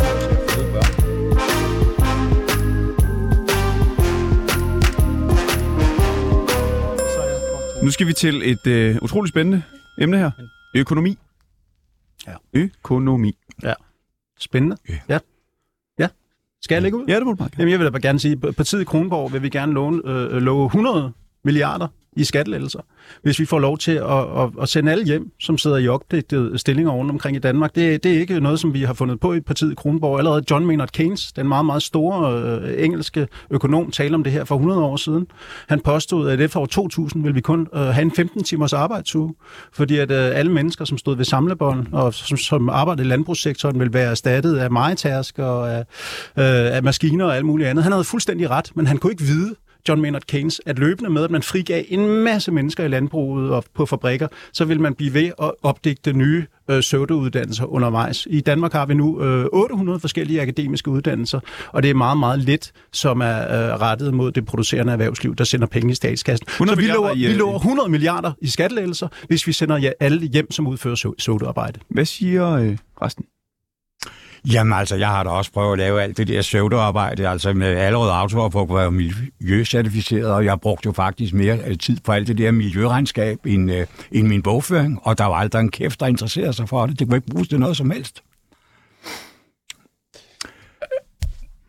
Nu skal vi til et øh, utroligt spændende emne her. Økonomi. Ja. Økonomi. Spændende. Ja. Ja. Ja. Skal jeg lægge ud? Ja, det må du bare gerne. Jamen, jeg vil da bare gerne sige, at partiet Kronborg vil vi gerne love, øh, love hundrede milliarder i skattelettelser, hvis vi får lov til at, at, at sende alle hjem, som sidder i opdægtede stillinger rundt omkring i Danmark. Det, det er ikke noget, som vi har fundet på i partiet Kronborg. Allerede John Maynard Keynes, den meget, meget store øh, engelske økonom, talte om det her for hundrede år siden. Han påstod, at efter år to tusind vil vi kun øh, have en femten timers arbejdsuge, fordi at øh, alle mennesker, som stod ved samlebånd og som, som arbejdede i landbrugssektoren, vil være erstattet af majtask og af, øh, af maskiner og alt muligt andet. Han havde fuldstændig ret, men han kunne ikke vide, John Maynard Keynes, at løbende med, at man frigav en masse mennesker i landbruget og på fabrikker, så vil man blive ved at opdigte nye øh, pseudouddannelser undervejs. I Danmark har vi nu øh, otte hundrede forskellige akademiske uddannelser, og det er meget, meget lidt, som er øh, rettet mod det producerende erhvervsliv, der sender penge i statskassen. Så vi lover, i, øh, vi lover hundrede milliarder i skattelettelser, hvis vi sender jer alle hjem, som udfører pseudoarbejde. Hvad siger øh, resten? Jamen altså, jeg har da også prøvet at lave alt det der pseudoarbejde, altså med allerede autoer på at være miljøcertificeret, og jeg brugte jo faktisk mere tid på alt det der miljøregnskab end, øh, end min bogføring, og der var aldrig en kæft, der interesserede sig for det. Det kunne ikke bruges til noget som helst.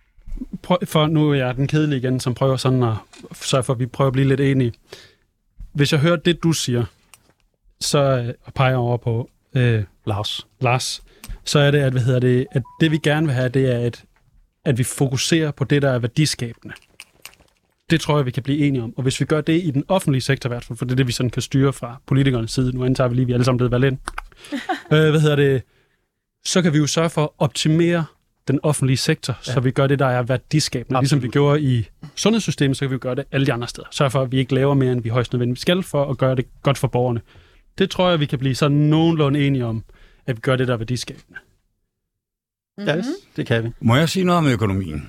Prøv, for nu er jeg den kedelige igen, som prøver sådan at sørge for, at vi prøver at blive lidt enige. hvis jeg hører det, du siger, så øh, peger jeg over på øh, Lars. Lars, så er det, at, hvad hedder det, at det vi gerne vil have, det er, at, at vi fokuserer på det, der er værdiskabende. Det tror jeg, vi kan blive enige om. Og hvis vi gør det i den offentlige sektor, i hvert fald, for det er det, vi sådan kan styre fra politikernes side, nu antager vi lige, vi er alle sammen blevet valgt ind, øh, hvad hedder det, så kan vi jo sørge for at optimere den offentlige sektor, ja. Så vi gør det, der er værdiskabende. Absolut. Ligesom vi gjorde i sundhedssystemet, så kan vi gøre det alle de andre steder. Sørg for, at vi ikke laver mere, end vi højst nødvendigt skal, for at gøre det godt for borgerne. Det tror jeg, vi kan blive sådan nogenlunde enige om, at vi gør det, der er værdiskabende. Mm-hmm. Ja, det kan vi. Må jeg sige noget om økonomien?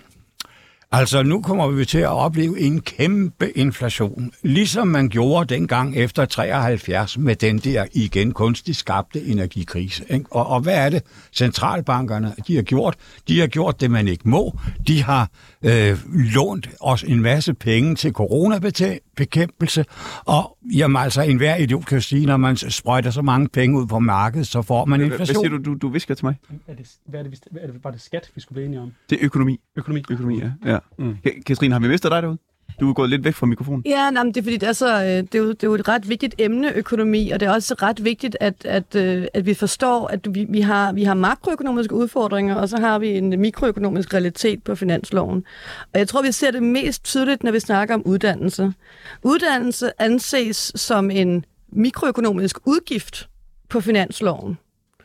Altså, nu kommer vi til at opleve en kæmpe inflation, ligesom man gjorde dengang efter treoghalvfjerds med den der igen kunstigt skabte energikrise. Ikke? Og, og hvad er det, centralbankerne de har gjort? De har gjort det, man ikke må. De har øh, lånt os en masse penge til coronabekæmpelse, og jamen, altså, enhver idiot kan sige, når man sprøjter så mange penge ud på markedet, så får man inflation. Hvad siger du, du, du visker til mig? Er det, hvad er det, er det bare det skat, vi skulle blive enige om? Det er økonomi. Økonomi. Økonomi, ja. ja. Mm. Katrine, har vi mistet dig derude? Du er gået lidt væk fra mikrofonen. Ja, nej, men det er fordi, det er, så, det, er jo, det er jo et ret vigtigt emne, økonomi, og det er også ret vigtigt, at, at, at vi forstår, at vi, vi, har, vi har makroøkonomiske udfordringer, og så har vi en mikroøkonomisk realitet på finansloven. Og jeg tror, vi ser det mest tydeligt, når vi snakker om uddannelse. Uddannelse anses som en mikroøkonomisk udgift på finansloven.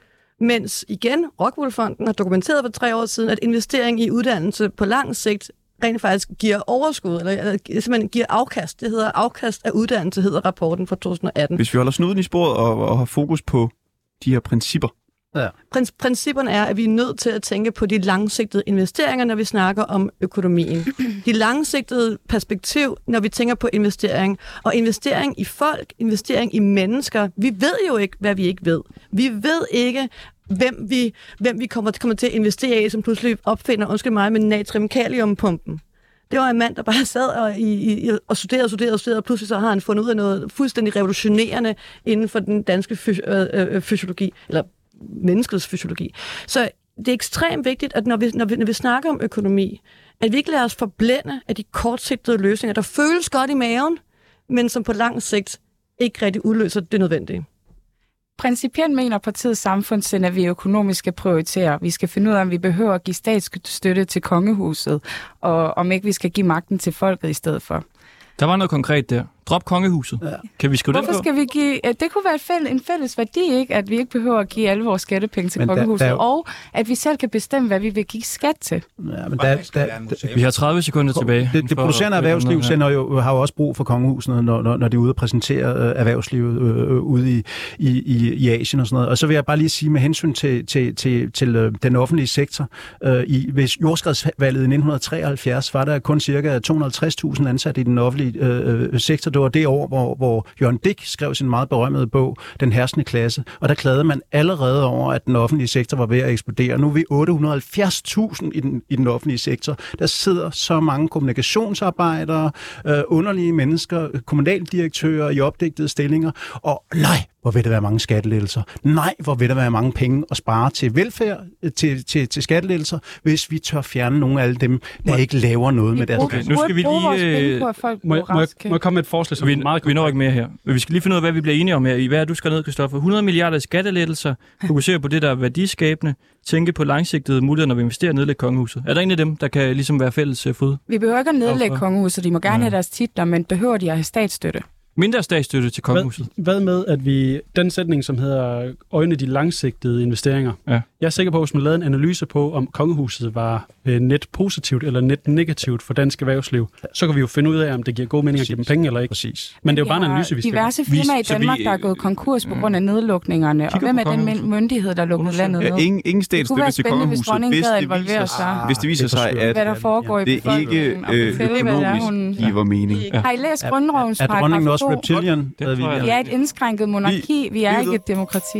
Mens igen, Rockwool-fonden har dokumenteret for tre år siden, at investering i uddannelse på lang sigt rent faktisk giver overskud, eller, eller simpelthen giver afkast. Det hedder afkast af uddannelse, hedder rapporten fra to tusind atten. Hvis vi holder snuden i sporet og, og har fokus på de her principper. Ja. Prin- principperne er, at vi er nødt til at tænke på de langsigtede investeringer, når vi snakker om økonomien. De langsigtede perspektiv, når vi tænker på investering. Og investering i folk, investering i mennesker. Vi ved jo ikke, hvad vi ikke ved. Vi ved ikke, hvem vi, hvem vi kommer, kommer til at investere i, som pludselig opfinder, undskyld mig, med natrium-kaliumpumpen. Det var en mand, der bare sad og, i, i, og studerede og studerede og studerede, og pludselig så har han fundet ud af noget fuldstændig revolutionerende inden for den danske fys- øh, øh, fysiologi, eller menneskets fysiologi. Så det er ekstremt vigtigt, at når vi, når vi, når vi snakker om økonomi, at vi ikke lader os forblænde af de kortsigtede løsninger, der føles godt i maven, men som på lang sigt ikke rigtig udløser det nødvendige. Principielt mener partiets samfundssind, at vi økonomisk skal prioritere. Vi skal finde ud af, om vi behøver at give statsstøtte til kongehuset, og om ikke vi skal give magten til folket i stedet for. Der var noget konkret der. Drop kongehuset. Ja. Kan vi skrive Hvorfor det på? skal vi give... Det kunne være et fælles, en fælles værdi, ikke? At vi ikke behøver at give alle vores skattepenge til men kongehuset, der, der... og at vi selv kan bestemme, hvad vi vil give skat til. Ja, men der, der, der, vi har tredive sekunder tilbage. Det, det producerende erhvervsliv sender jo, har jo også brug for kongehusene, når, når, når de er ude og præsentere øh, erhvervslivet øh, ude i, i, i, i Asien og sådan noget. Og så vil jeg bare lige sige med hensyn til, til, til, til øh, den offentlige sektor. Øh, i, hvis jordskredsvalget i nitten treoghalvfjerds var der kun cirka to hundrede og halvtreds tusind ansatte i den offentlige øh, sektor. Det var det år, hvor, hvor Jørgen Dick skrev sin meget berømmede bog, Den herskende klasse. Og der klagede man allerede over, at den offentlige sektor var ved at eksplodere. Nu er vi otte hundrede og halvfjerds tusind i den, i den offentlige sektor. Der sidder så mange kommunikationsarbejdere, øh, underlige mennesker, kommunaldirektører i opdigtede stillinger. Og nej, hvor vil der være mange skattelettelser. Nej, hvor vil der være mange penge at spare til velfærd, til, til, til skattelettelser, hvis vi tør fjerne nogle af alle dem, der må, ikke laver noget med deres okay, nu skal vi lige... Må, må, jeg, må jeg komme med et forslag, som vi, er meget vi når ikke mere her. Vi skal lige finde ud af, hvad vi bliver enige om her. Hvad er du skal ned, Christoffer? hundrede milliarder i skattelettelser, fokusere på det, der er værdiskabende, tænke på langsigtede muligheder, når vi investerer og nedlægge kongehuset. Er der en af dem, der kan ligesom være fælles fod? Vi behøver ikke at nedlægge kongehuset. De må gerne ja. have deres titler, men behøver de at have statsstøtte? Mindre statsstøtte til kongehuset. Hvad, hvad med, at vi... Den sætning, som hedder øjne de langsigtede investeringer. Ja. Jeg er sikker på, at hvis man lavede en analyse på, om kongehuset var net positivt eller net negativt for dansk erhvervsliv, så kan vi jo finde ud af, om det giver god mening at give dem penge eller ikke. Præcis. Men det er jo bare en analyse, vi skal... diverse firmaer i Danmark, der er gået konkurs på grund af nedlukningerne. Og hvem er den myndighed, der lukkede landet ned? Ja, ingen, ingen statsstøtte til kongehuset, hvis, hvis, det viser, sig, hvis det viser sig, at hvad der foregår det ikke øh, økonomisk giver mening. Har I læst grundlovens paragraf to? Reptilian? Vi er et indskrænket monarki, vi er ikke et demokrati.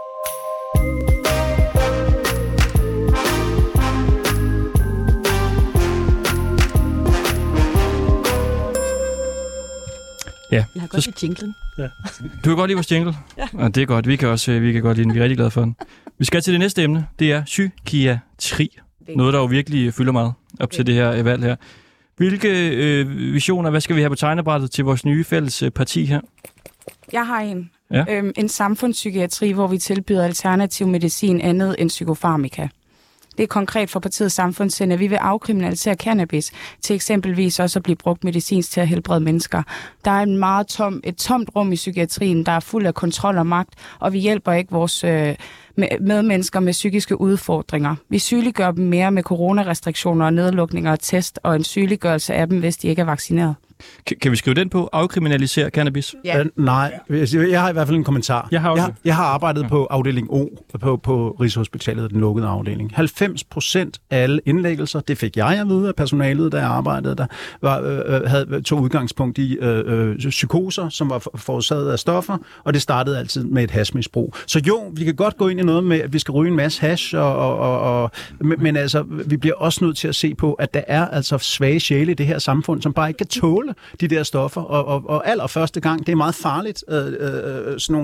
Ja. Jeg har godt lide jinglen. Ja. Du kan godt lide vores jingle? Ja. Ja, det er godt. Vi kan også vi kan godt lide den. Vi er rigtig glade for den. Vi skal til det næste emne. Det er psykiatri. Noget, der jo virkelig fylder meget op til det her valg her. Hvilke øh, visioner, hvad skal vi have på tegnebrættet til vores nye fælles øh, parti her? Jeg har en. Ja. Øhm, en samfundspsykiatri, hvor vi tilbyder alternativ medicin andet end psykofarmika. Det er konkret for partiets samfundssind, at vi vil afkriminalisere cannabis, til eksempelvis også at blive brugt medicinsk til at helbrede mennesker. Der er en meget tom, et tomt rum i psykiatrien, der er fuld af kontrol og magt, og vi hjælper ikke vores øh, medmennesker med psykiske udfordringer. Vi sygeliggør dem mere med coronarestriktioner og nedlukninger og test, og en sygeliggørelse af dem, hvis de ikke er vaccineret. Kan vi skrive den på? Afkriminalisere cannabis? Ja. Uh, nej, jeg har i hvert fald en kommentar. Jeg har, også... jeg, jeg har arbejdet på afdeling O på, på Rigshospitalet, den lukkede afdeling. halvfems procent af alle indlæggelser, det fik jeg at vide af personalet, der arbejdede der, var, øh, havde tog udgangspunkt i øh, øh, psykoser, som var forårsaget af stoffer, og det startede altid med et hashmisbrug. Så jo, vi kan godt gå ind i noget med, at vi skal ryge en masse hash, og, og, og, og, men, men altså, vi bliver også nødt til at se på, at der er altså svage sjæle i det her samfund, som bare ikke kan tåle de der stoffer, og, og, og allerførste gang, det er meget farligt, øh, øh, sådan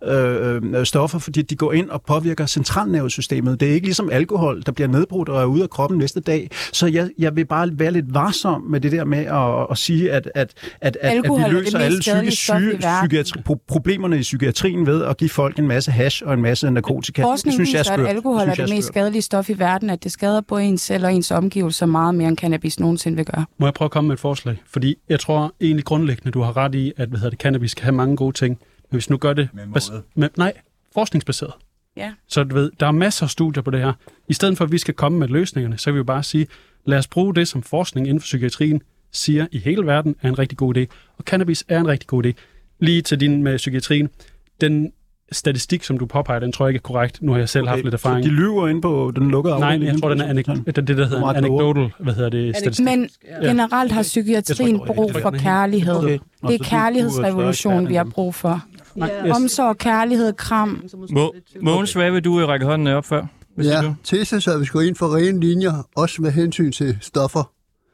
nogle øh, stoffer, fordi de går ind og påvirker centralnervesystemet. Det er ikke ligesom alkohol, der bliver nedbrudt og er ude af kroppen næste dag. Så jeg, jeg vil bare være lidt varsom med det der med at, at sige, at, at, at, at, at vi løser alle psykisk syge, psykiatri, problemerne i psykiatrien ved at give folk en masse hash og en masse narkotika. Forskning viser, at alkohol er det mest skadelige stof i verden, at det skader både ens selv og ens omgivelser meget mere end cannabis nogensinde vil gøre. Må jeg prøve at komme med et forslag? Fordi jeg tror egentlig grundlæggende, du har ret i, at hvad hedder det, cannabis kan have mange gode ting. Men hvis nu gør det... Med bas- med, nej, forskningsbaseret. Ja. Så du ved, der er masser af studier på det her. I stedet for, at vi skal komme med løsningerne, så kan vi jo bare sige, lad os bruge det, som forskning inden for psykiatrien siger i hele verden, er en rigtig god idé. Og cannabis er en rigtig god idé. Lige til din med psykiatrien. Den statistik, som du påpeger, den tror jeg ikke er korrekt. Nu har jeg selv okay, haft lidt erfaring. De lyver inde på den lukkede afdeling? Nej, jeg tror, den er anek- det, det, der hedder anecdotal, hvad hedder det, statistik. Men generelt har psykiatrien brug for kærlighed. Okay. Det er kærlighedsrevolution, vi har brug for. Omsorg, kærlighed, kram. Mogens, hvad vil du række hånden op før? Ja, Tese så vi skal gå ind for rene linjer, også med hensyn til stoffer.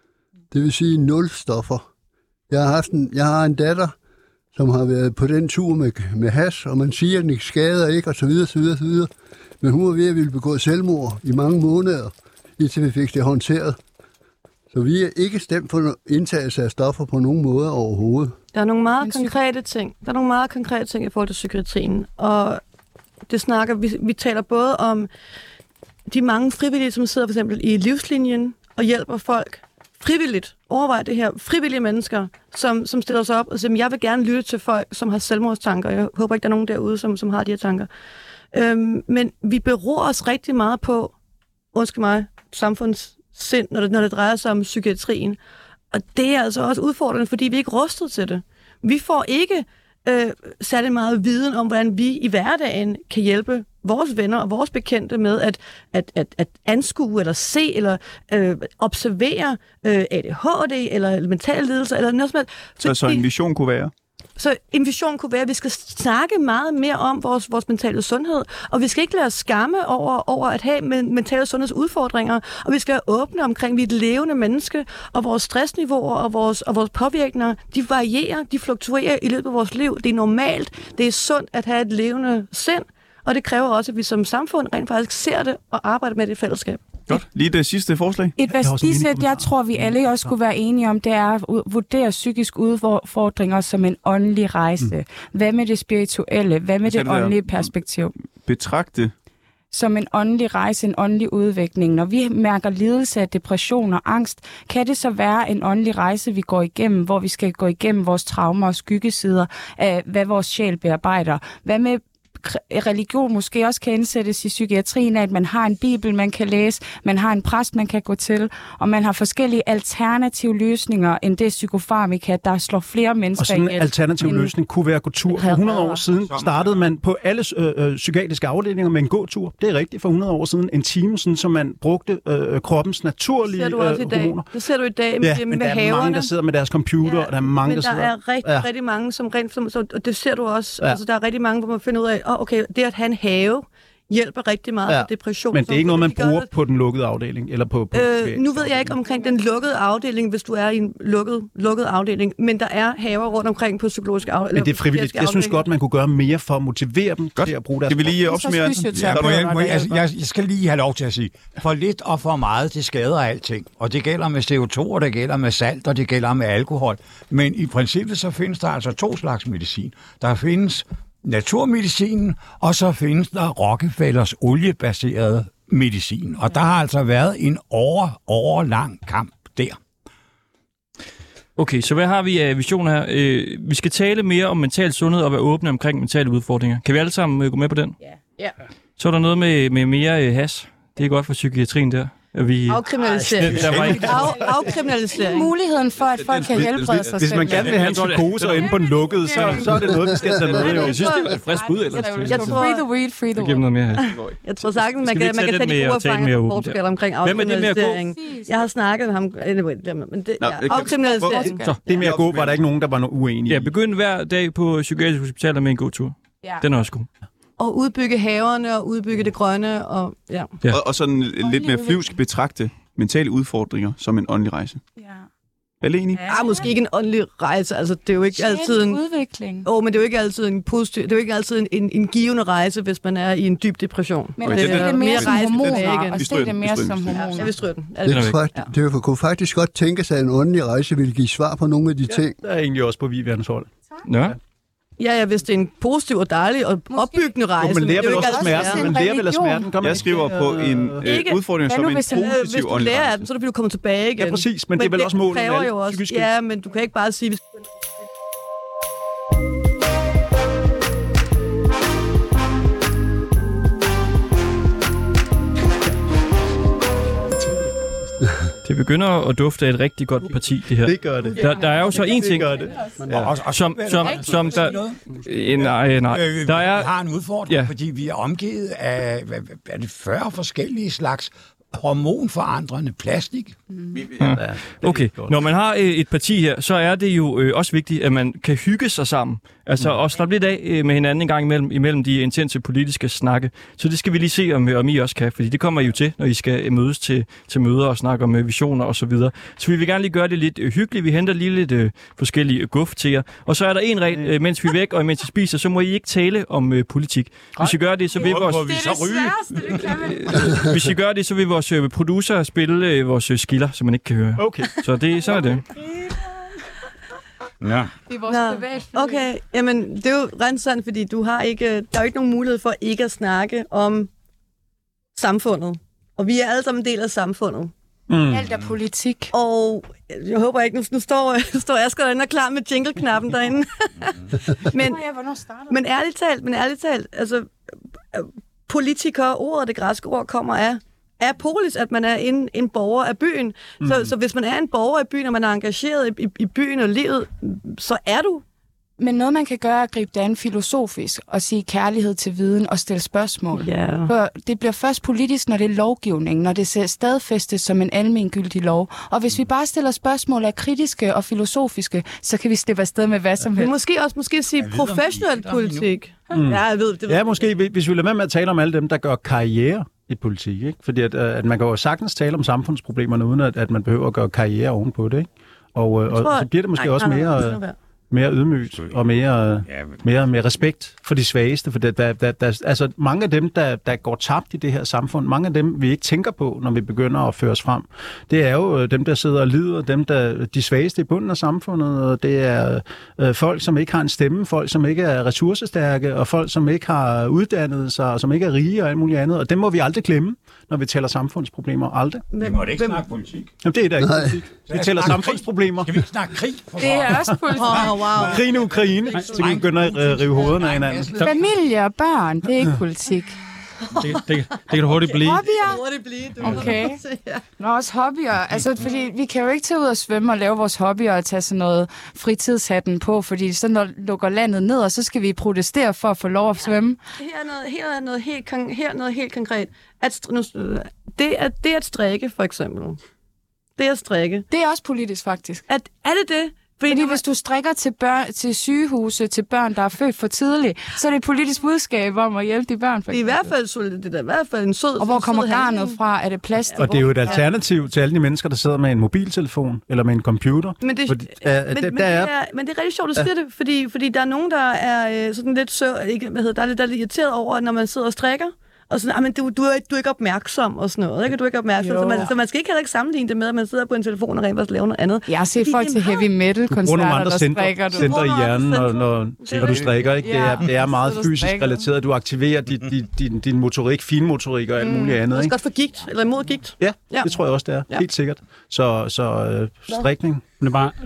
Det vil sige nul stoffer. Jeg har, haft en, jeg har en datter, som har været på den tur med, med hash, og man siger, at den ikke skader ikke, og så videre, så videre, så videre. Men hun var ved at ville begå selvmord i mange måneder, indtil vi fik det håndteret. Så vi er ikke stemt for indtagelse af stoffer på nogen måde overhovedet. Der er nogle meget konkrete ting. Der er nogle meget konkrete ting i forhold til psykiatrien, og det snakker, vi, vi taler både om de mange frivillige, som sidder for eksempel i livslinjen og hjælper folk frivilligt. Overvej det her. Frivillige mennesker, som, som stiller sig op og siger, jeg vil gerne lytte til folk, som har selvmordstanker. Jeg håber ikke, der er nogen derude, som, som har de her tanker. Øhm, men vi beror os rigtig meget på, undskyld mig, samfundssind, når det, når det drejer sig om psykiatrien. Og det er altså også udfordrende, fordi vi er ikke rustet til det. Vi får ikke øh, særlig meget viden om, hvordan vi i hverdagen kan hjælpe vores venner og vores bekendte med at, at, at, at anskue eller se eller øh, observere øh, A D H D eller mentale lidelser eller noget som helst. Så, så en vision kunne være? Så en vision kunne være, at vi skal snakke meget mere om vores, vores mentale sundhed, og vi skal ikke lade os skamme over, over at have mentale sundhedsudfordringer, og vi skal være åbne omkring, at vi er et levende menneske, og vores stressniveauer og vores, og vores påvirkninger, de varierer, de fluktuerer i løbet af vores liv. Det er normalt, det er sundt at have et levende sind, og det kræver også, at vi som samfund rent faktisk ser det og arbejder med det i fællesskab. Godt. Lige det sidste forslag. Et værdisæt, jeg tror, vi alle også skulle være enige om, det er at vurdere psykisk udfordringer som en åndelig rejse. Mm. Hvad med det spirituelle? Hvad med det åndelige perspektiv? Betragte som en åndelig rejse, en åndelig udvikling. Når vi mærker lidelse af depression og angst, kan det så være en åndelig rejse, vi går igennem, hvor vi skal gå igennem vores traumer og skyggesider af, hvad vores sjæl bearbejder. Hvad med religion måske også kan indsættes i psykiatrien, at man har en bibel, man kan læse, man har en præst, man kan gå til, og man har forskellige alternative løsninger end det psykofarmika, der slår flere mennesker ihjel. Og sådan en alternativ en løsning kunne være at gå tur. For hundrede år siden startede man på alle øh, psykiatriske afdelinger med en gåtur. Det er rigtigt, for hundrede år siden. En time, sådan, så man brugte øh, kroppens naturlige øh, hormoner. Det ser du i dag med, ja, med men der er haverne. mange, der sidder med deres computer, ja, og der er mange, der der sidder... Men der er rigtig, ja. rigtig mange, som rent... Som, så, og det ser du også. Ja. Altså, der er rigtig mange, hvor man finder ud af, oh, okay, det at have en have hjælper rigtig meget Ja. af depression. Men det er ikke noget, man De gør bruger det- på den lukkede afdeling? Eller på, på Øh, nu ved jeg ikke omkring den lukkede afdeling, hvis du er i en lukket, lukket afdeling, men der er haver rundt omkring på psykologiske afdelinger. Men det er frivilligt. Jeg synes godt, man kunne gøre mere for at motivere dem Godt. til at bruge deres... Skal vi lige opsummere? Ja, må jeg, må jeg, altså, jeg, jeg skal lige have lov til at sige, for lidt og for meget, det skader alting. Og det gælder med C O to, og det gælder med salt, og det gælder med alkohol. Men i princippet så findes der altså to slags medicin. Der findes naturmedicinen, og så findes der Rockefellers oliebaserede medicin. Og der har altså været en over, over lang kamp der. Okay, så hvad har vi af visioner her? Øh, vi skal tale mere om mental sundhed og være åbne omkring mentale udfordringer. Kan vi alle sammen øh, gå med på den? Ja. Så er der noget med, med mere øh, has. Det er godt for psykiatrien der. At vi, Afkriminalisering. der var ikke... Af, afkriminalisering. Muligheden for, at folk kan helbrede sig Hvis selv. man gerne vil have en psykose inde på den lukkede, så, så er det noget, vi skal tage med. Jo. Jeg synes, det er et frisk bud ellers. Jeg tror, Free the weed, free the Det giver dem weed. noget mere has. jeg tror sagtens, man Skal vi kan, man tage kan den tage de med gode at tale mere erfaringer fra åbent Portugal der? omkring Hvem er det med at gå? afkriminalisering. Jeg har snakket med ham. Anyway, men det, Nå, ja, det kan- afkriminalisering. Så, Det med at gå, var der ikke nogen, der var uenige ja, i. begynd hver dag på psykiatrisk hospitaler med en god tur. Ja. Den er også god. Og udbygge haverne og udbygge det grønne. Og, ja. Ja. Og, og sådan lidt mere flyvsk betragte mentale udfordringer som en åndelig rejse. Ja. Alene? Ah, måske ikke en åndelig rejse. Altså, det er jo ikke altid en... udvikling. Åh, oh, men det er jo ikke altid en positiv, det er jo ikke altid en, en, en givende rejse, hvis man er i en dyb depression. Men Okay, okay, det- det er mere mere som rejse tilbage hormoner, igen. og Vi se stryger det den, vi mere stryger som den. Ja, hormoner. jeg vil stryge den. Er Det, det er fakt, det kunne faktisk godt tænke sig, at en åndelig rejse ville give svar på nogle af de ting. Der er egentlig også på Vivians hold. Ja. Ja, ja, hvis det er en positiv og dejlig og opbyggende rejse. Jo, man lærer det er vel jo også ikke af altid smerten. svært. Man lærer vel af religion. smerten. Gør man Jeg ikke skriver det? på en øh, Ikke- udfordring Hvad som nu, en hvis han- Øh, Hvis positiv du åndelig lærer af rejse. dem, så vil du komme tilbage igen. Ja, præcis, men det er vel også målet med kræver alle jo også. psykiske- Ja, men du kan ikke bare sige... Hvis... Det begynder at dufte af et rigtig godt parti, det her. Det gør det. Der, der er jo så en Det ting, gør det. Og, og, og som, som, som der... Øh, nej, nej. Øh, Der Vi er... har en udfordring, Ja. ja. fordi vi er omgivet af hvad, hvad, er det fyrre forskellige slags hormonforandrende plastik. Ja, Okay, når man har øh, et parti her, så er det jo øh, også vigtigt, at man kan hygge sig sammen. Altså og slappe lidt af øh, med hinanden en gang imellem, imellem de intense politiske snakke. Så det skal vi lige se, om, om I også kan, fordi det kommer I jo til, når I skal øh, mødes til, til møder og snakke om øh, visioner og så videre. Så vi vil gerne lige gøre det lidt øh, hyggeligt. Vi henter lige lidt øh, forskellige øh, guf til jer. Og så er der en regel, øh, mens vi er væk og mens I spiser, så må I ikke tale om øh, politik. Hvis I gør det, så vil vores... Må vi så ryge? det kan vi. Hvis I gør det, så vil vores øh, producer spille øh, vores øh, skiller, så man ikke kan høre. Okay. Så det, så er det. Ja. Det er vores Nå, privatfly. okay, jamen det er jo rent sandt, fordi du har ikke, der er jo ikke nogen mulighed for ikke at snakke om samfundet. Og vi er alle sammen en del af samfundet. Mm. Alt er politik. Og jeg håber ikke, nu, nu står, nu står Asger derinde og klar med jingle-knappen derinde. men, Ja, hvornår starter men ærligt talt, men ærligt talt, altså øh, politikere, ordet, det græske ord, kommer af er polis, at man er en, en borger af byen. Mm. Så, så hvis man er en borger af byen, og man er engageret i, i, i byen og livet, så er du. Men noget, man kan gøre, er at gribe det an filosofisk og sige kærlighed til viden og stille spørgsmål. Ja. For det bliver først politisk, når det er lovgivning, når det stadfæstes som en almengyldig lov. Og hvis vi bare stiller spørgsmål af kritiske og filosofiske, så kan vi slippe afsted med hvad som Men helst. måske også måske sige Jeg ved, om de professionel er der politik. Mm. Ja, jeg ved det. Ved. Ja, måske, hvis vi lader være med at tale om alle dem, der gør karriere i politik, ikke? Fordi at, at man kan jo sagtens tale om samfundsproblemerne, uden at, at man behøver at gøre karriere ovenpå det, ikke? Og, og, tror, og så bliver det måske nej, også nej, nej, mere, nej, nej. mere ydmygt og mere, Ja, mere med respekt for de svageste. For der, der, der, der, altså mange af dem, der, der går tabt i det her samfund, mange af dem, vi ikke tænker på, når vi begynder at føre os frem, det er jo dem, der sidder og lider, dem, der de svageste i bunden af samfundet, og det er øh, folk, som ikke har en stemme, folk, som ikke er ressourcestærke, og folk, som ikke har uddannet sig, og som ikke er rige og alt muligt andet. Og dem må vi aldrig glemme, når vi taler samfundsproblemer. Aldrig. vi Hvem, må da ikke hvem, snakke politik. Jamen, det er da ikke Nej. politik. Vi taler samfundsproblemer. Skal vi ikke snakke krig? For Det er også politik. oh, wow. Krigen i Ukraine, så vi begynder at øh, rive hovederne af hinanden. Familie og børn, det er ikke politik. Det, det, det kan det hurtigt blive. Hobbyer? Hvor det blive, du. Okay. Ja. Nå, også hobbyer. Altså, fordi vi kan jo ikke tage ud og svømme og lave vores hobbyer og tage sådan noget fritidshatten på, fordi så når lukker landet ned, og så skal vi protestere for at få lov at svømme. Her er noget, her er noget, helt, kon- her er noget helt konkret. At, str- nu, det, er, det at strikke, for eksempel. Det at strikke. Det er også politisk, faktisk. At, er det det? Fordi, Fordi hvis du strikker til, børn, til sygehuse, til børn, der er født for tidligt, så er det et politisk budskab om at hjælpe de børn. For det er i hvert fald, det er i hvert fald en sød. Og hvor kommer garnet handling fra? Er det plastik? Og det er jo et alternativ til alle de mennesker, der sidder med en mobiltelefon eller med en computer. Men det, fordi, øh, øh, men, der, men, der det er, er, men det er rigtig sjovt, at du siger det, fordi, fordi der er nogen, der er øh, sådan lidt søv, ikke, hvad hedder, der er lidt, der er lidt irriteret over, når man sidder og strikker. Og sådan, ah, men du, du, er, du er ikke opmærksom og sådan noget, ikke? Du er ikke opmærksom, så man, så man skal ikke heller ikke sammenligne det med, at man sidder på en telefon og rent faktisk laver noget andet. Jeg har set folk til heavy metal-koncerter, der strikker. Du bruger nogle andre center i hjernen, når, når, når du strikker, ikke? Det er, det er meget så fysisk strikker. relateret. Du aktiverer din, din, din, din motorik, finmotorik og alt muligt Det andet, er også ikke? godt for gigt, eller imod gigt. Ja, Ja. det tror jeg også, det er. Ja. Helt sikkert. Så, så øh, strikning. Men det er bare,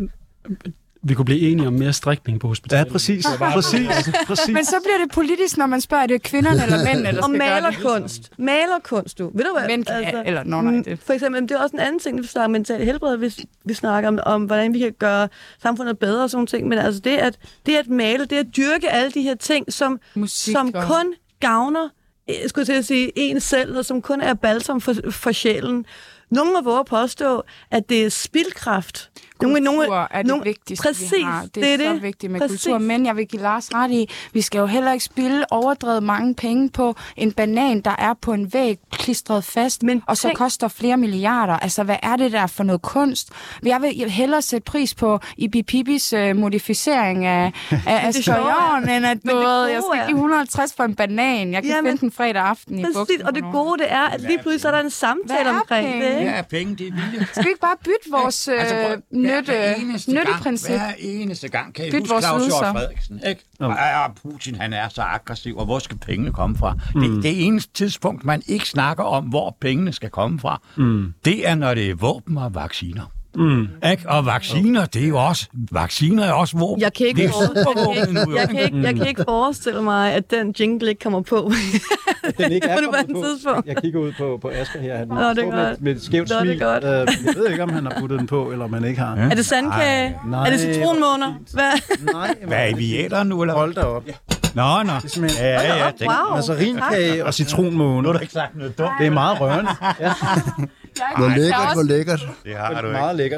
vi kunne blive enige om mere strikning på hospitalet. Ja, præcis. Præcis. præcis. Men så bliver det politisk, når man spørger, er det kvinderne eller mændene, der Og skal gøre det? malerkunst. Malerkunst, du. Ved du hvad? Mænd kan, eller nå, nej, det. For eksempel, det er også en anden ting, vi snakker om mentalt helbred, hvis vi snakker om, om, hvordan vi kan gøre samfundet bedre og sådan nogle ting. Men altså det at, det at male, det at dyrke alle de her ting, som, Musik som og- kun gavner, jeg skulle til at sige, en selv, og som kun er balsam for, for sjælen. Nogle af våge påstå, at det er spildkraft. Kultur nogle, er det nogle, vigtigste, præcis, vi har. Det er, det er så det. vigtigt med Præcis. kultur. Men jeg vil give Lars ret i, vi skal jo heller ikke spilde overdrevet mange penge på en banan, der er på en væg klistret fast, Men og så tænk- koster flere milliarder. Altså, hvad er det der for noget kunst? Jeg vil hellere sætte pris på Ibi Pipis uh, modificering af, af det sjove er- Asterion, end at men det noget, jeg gode skal er- give et hundrede og halvtreds for en banan. Jeg kan Jamen, finde den fredag aften i Præcis, buksen. og det gode det er, at lige pludselig så er der en samtale Hvad er omkring penge? det. Ikke? Ja, penge, det er vilje. Skal vi ikke bare bytte vores øh, Altså, prøv- nytte, hver eneste nytteprincip? Gang, hver eneste gang kan I Byt huske vores Claus ydelser. Hjort Frederiksen, ikke? Ja, Putin, han er så aggressiv, og hvor skal pengene komme fra? Mm. Det, det eneste tidspunkt, man ikke snakker om, hvor pengene skal komme fra, mm. det er, når det er våben og vacciner. Mm. Ikke? Og vacciner, det er jo også, vacciner er også våben. Jeg kan ikke, Det er forestille, supervåben nu, jeg, jo. kan ikke, jeg kan ikke forestille mig, at den jingle ikke kommer på. Den ikke er På nuværende kommet på. tidspunkt. Jeg kigger ud på, på Asger her. Han Nå, det er står med, godt. med et skævt Nå, det er smil. godt. Øh, jeg ved ikke, om han har puttet den på, eller om han ikke har. Ja. Er det sandkage? Nej, Er det citronmåner? Hvad? Nej, Hvad er aviator nu, eller? hold da op. Nå, nå. simpelthen- Ja, ja, det, Wow. Massarinkage og citronmåne. nu har du ikke sagt noget dumt. Det er meget rørende. Ja, Hvor lækkert, hvor lækkert. Det har du ikke. meget lækkert.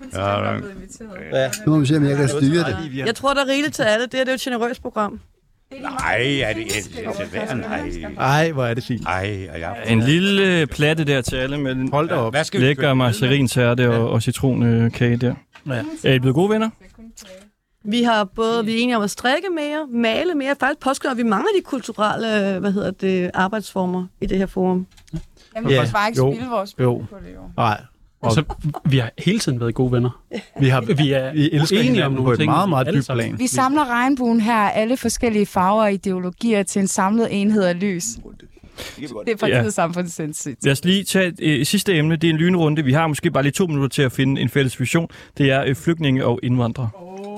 Ja. Nu må vi se, om jeg kan styre det. Jeg tror, der er rigeligt til alle. Det her det er jo et generøst program. Nej, er det er det værd? Nej. Ej, hvor er det fint. Ej, og jeg... En lille platte der til alle med en Hold da op. Hvad skal vi lækker købe? marcerintærte og, og citronkage der. Ja. Er I blevet gode venner? Vi har både, vi er enige om at strikke mere, male mere. Faktisk påskynder vi mange af de kulturelle, hvad hedder det, arbejdsformer i det her forum. Jamen, Ja, vi bare ikke jo, spille vores jo. på det, jo. Nej. Og Så vi har hele tiden været gode venner. vi, har, Vi er vi elsker uenige om hinanden nogle på et ting, meget, meget alle dybt sammen. plan. Vi samler regnbuen her, alle forskellige farver og ideologier til en samlet enhed af lys. Det er partiet Ja. ja. Samfundsindsigt. Lad os lige tage et øh, sidste emne. Det er en lynrunde. Vi har måske bare lige to minutter til at finde en fælles vision. Det er øh, flygtninge og indvandrere.